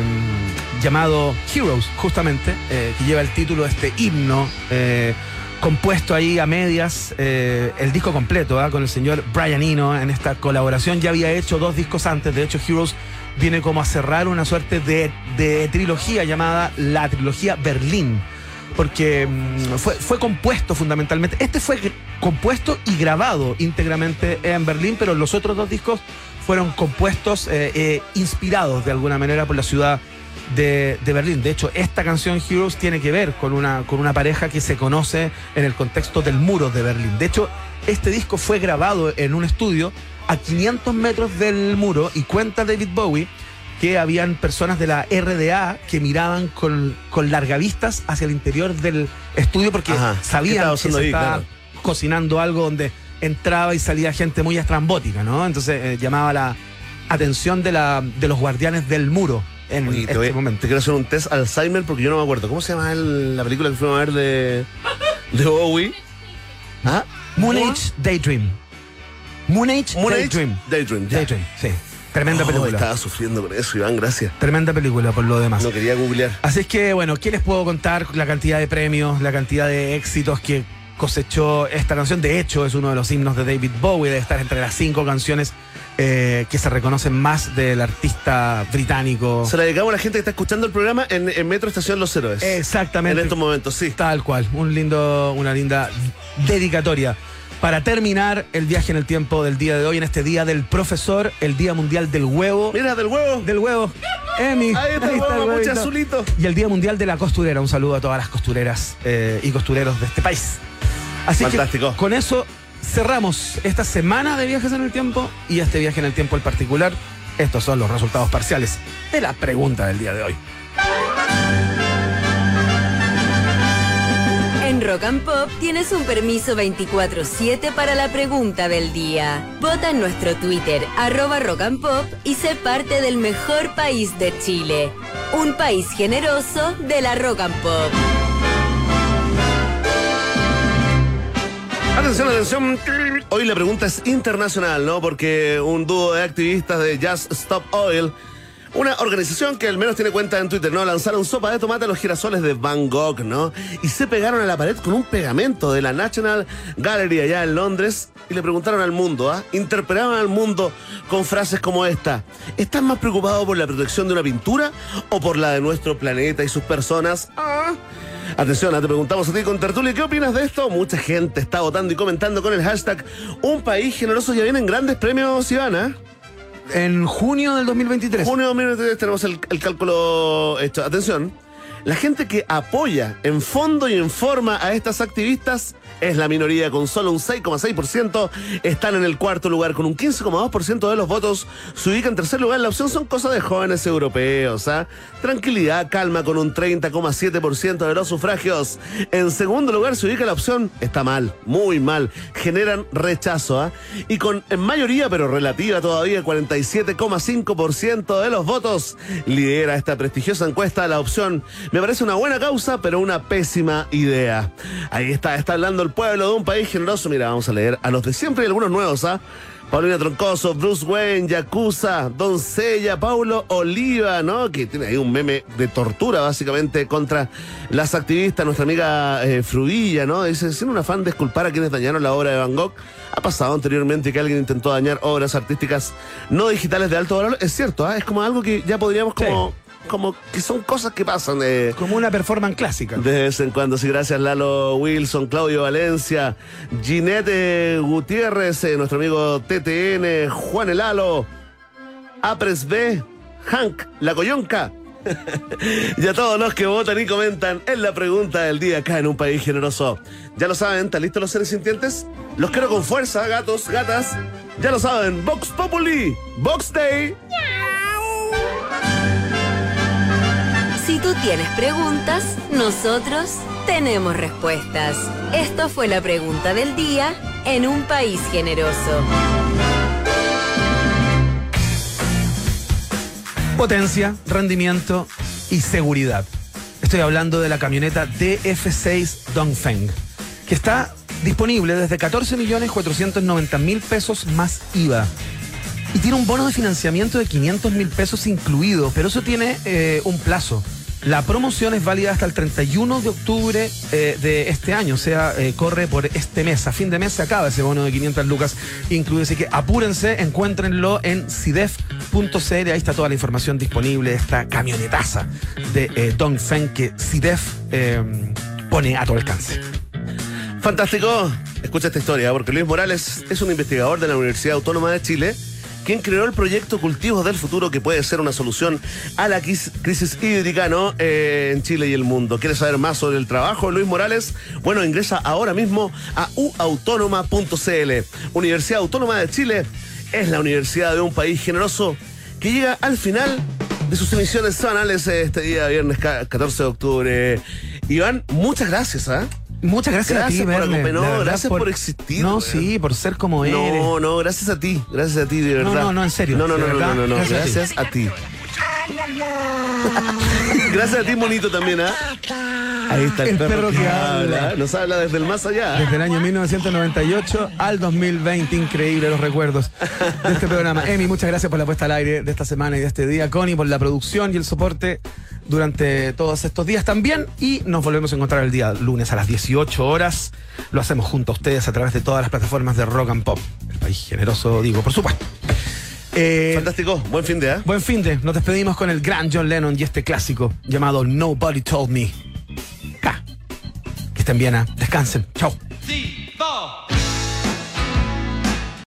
llamado Heroes, justamente, eh, que lleva el título de este himno, eh, compuesto ahí a medias, eh, el disco completo, ¿eh? Con el señor Brian Eno en esta colaboración. Ya había hecho dos discos antes, de hecho Heroes viene como a cerrar una suerte de, de trilogía llamada la trilogía Berlín, porque mmm, fue, fue compuesto fundamentalmente, este fue compuesto y grabado íntegramente en Berlín, pero los otros dos discos fueron compuestos, eh, eh, inspirados de alguna manera por la ciudad de, de Berlín. De hecho, esta canción Heroes tiene que ver con una, con una pareja que se conoce en el contexto del muro de Berlín. De hecho, este disco fue grabado en un estudio a quinientos metros del muro, y cuenta David Bowie que habían personas de la R D A que miraban con, con largavistas hacia el interior del estudio porque Ajá. sabían que se ahí, estaba claro. cocinando algo donde entraba y salía gente muy estrambótica, ¿no? Entonces eh, llamaba la atención de, la, de los guardianes del muro en Oye, este te, voy, momento. te quiero hacer un test Alzheimer porque yo no me acuerdo. ¿Cómo se llama el, la película que fuimos a ver de, de Bowie? ¿Ah? Moon Age Daydream. Moon Age Moon Age Daydream. Daydream, ya. Daydream, sí. Tremenda Oh, película. Estaba sufriendo con eso, Iván, gracias. Tremenda película por lo demás. No quería googlear. Así es que, bueno, ¿qué les puedo contar? La cantidad de premios, la cantidad de éxitos que cosechó esta canción. De hecho, es uno de los himnos de David Bowie, de estar entre las cinco canciones eh, que se reconocen más del artista británico. Se la dedicamos a la gente que está escuchando el programa en, en Metro Estación Los Héroes. Exactamente. En estos momentos, sí. Tal cual. Un lindo, una linda dedicatoria. Para terminar el viaje en el tiempo del día de hoy, en este día del profesor, el Día Mundial del Huevo. Mira, del huevo. Del huevo. Emi. Ahí está el huevo, huevito. mucho azulito. Y el Día Mundial de la Costurera. Un saludo a todas las costureras eh, y costureros de este país. Así Fantástico. que con eso cerramos esta semana de viajes en el tiempo y este viaje en el tiempo en particular. Estos son los resultados parciales de la pregunta del día de hoy. En Rock and Pop tienes un permiso veinticuatro siete para la pregunta del día. Vota en nuestro Twitter, arroba Rock and Pop, y sé parte del mejor país de Chile. Un país generoso de la Rock and Pop. Atención, atención. Hoy la pregunta es internacional, ¿no? Porque un dúo de activistas de Just Stop Oil, una organización que al menos tiene cuenta en Twitter, ¿no? Lanzaron sopa de tomate a los girasoles de Van Gogh, ¿no? Y se pegaron a la pared con un pegamento de la National Gallery allá en Londres y le preguntaron al mundo, ¿ah? ¿eh? Interpelaron al mundo con frases como esta: ¿estás más preocupado por la protección de una pintura o por la de nuestro planeta y sus personas? ¿Ah? Atención, te preguntamos a ti con Tertulia, ¿qué opinas de esto? Mucha gente está votando y comentando con el hashtag Un País Generoso. Ya vienen grandes premios, Ivana. En junio del dos mil veintitrés. Junio del dos mil veintitrés tenemos el, el cálculo hecho. Atención, la gente que apoya en fondo y en forma a estas activistas es la minoría, con solo un seis coma seis por ciento. Están en el cuarto lugar con un quince coma dos por ciento de los votos. Se ubica en tercer lugar. La opción son cosas de jóvenes europeos, ¿ah? Tranquilidad, calma, con un treinta coma siete por ciento de los sufragios. En segundo lugar se ubica la opción está mal, muy mal, generan rechazo, ¿ah? Y con en mayoría, pero relativa todavía, cuarenta y siete coma cinco por ciento de los votos, lidera esta prestigiosa encuesta la opción me parece una buena causa, pero una pésima idea. Ahí está, está hablando el pueblo de Un País Generoso. Mira, vamos a leer a los de siempre y algunos nuevos, ¿ah? Paulina Troncoso, Bruce Wayne, Yakuza, Doncella, Paulo Oliva, ¿no? Que tiene ahí un meme de tortura, básicamente, contra las activistas. Nuestra amiga eh, Frudilla, ¿no? Dice, siendo un afán de disculpar a quienes dañaron la obra de Van Gogh. Ha pasado anteriormente que alguien intentó dañar obras artísticas no digitales de alto valor. Es cierto, ¿ah? Es como algo que ya podríamos como... Sí. Como que son cosas que pasan de... Como una performance clásica. De vez en cuando, sí, gracias Lalo Wilson, Claudio Valencia, Ginette Gutiérrez, eh, nuestro amigo T T N, Juan El Halo, Apres B, Hank, La Coyonca. Y a todos los que votan y comentan en la pregunta del día acá en Un País Generoso. Ya lo saben, ¿están listos los seres sintientes? Los quiero con fuerza, gatos, gatas. Ya lo saben, Vox Populi, Vox Day. Si tú tienes preguntas, nosotros tenemos respuestas. Esto fue la pregunta del día en Un País Generoso. Potencia, rendimiento y seguridad. Estoy hablando de la camioneta D F seis Dongfeng, que está Disponible desde catorce millones cuatrocientos noventa mil pesos más I V A. Y tiene un bono de financiamiento de quinientos mil pesos incluido, pero eso tiene eh, un plazo. La promoción es válida hasta el treinta y uno de octubre eh, de este año, o sea, eh, corre por este mes. A fin de mes se acaba ese bono de quinientas lucas incluido, así que apúrense, encuéntrenlo en cidef punto c l, ahí está toda la información disponible de esta camionetaza de eh, Dongfeng que Cidef eh, pone a tu alcance. Fantástico. Escucha esta historia, porque Luis Morales es un investigador de la Universidad Autónoma de Chile quien creó el proyecto Cultivos del Futuro, que puede ser una solución a la crisis hídrica, ¿no? Eh, en Chile y el mundo. ¿Quieres saber más sobre el trabajo de Luis Morales? Bueno, ingresa ahora mismo a u autónoma punto c l. Universidad Autónoma de Chile es la universidad de un país generoso que llega al final de sus emisiones semanales este día, viernes catorce de octubre. Iván, muchas gracias, ¿ah? ¿eh? Muchas gracias, gracias a ti, por Verne. No, verdad, gracias por, por existir. No, man. sí, por ser como eres. No, no, gracias a ti. Gracias a ti, de verdad. No, no, no, en serio. No, no, no, verdad, no, no, no, Gracias, gracias a ti. A ti. Gracias a ti, monito, también, ¿ah? ¿eh? Ahí está el, el perro, perro que, que habla. habla. Nos habla desde el más allá. Desde el año mil novecientos noventa y ocho al dos mil veinte. Increíble los recuerdos de este programa. Emi, muchas gracias por la puesta al aire de esta semana y de este día. Connie, por la producción y el soporte durante todos estos días también. Y nos volvemos a encontrar el día lunes a las dieciocho horas. Lo hacemos junto a ustedes a través de todas las plataformas de Rock and Pop. El país generoso, digo, por supuesto. Eh, Fantástico, buen fin de, ¿eh? Buen fin de. Nos despedimos con el gran John Lennon y este clásico llamado Nobody Told Me. Acá. Que estén bien, ¿eh? Descansen. Chau. Sí,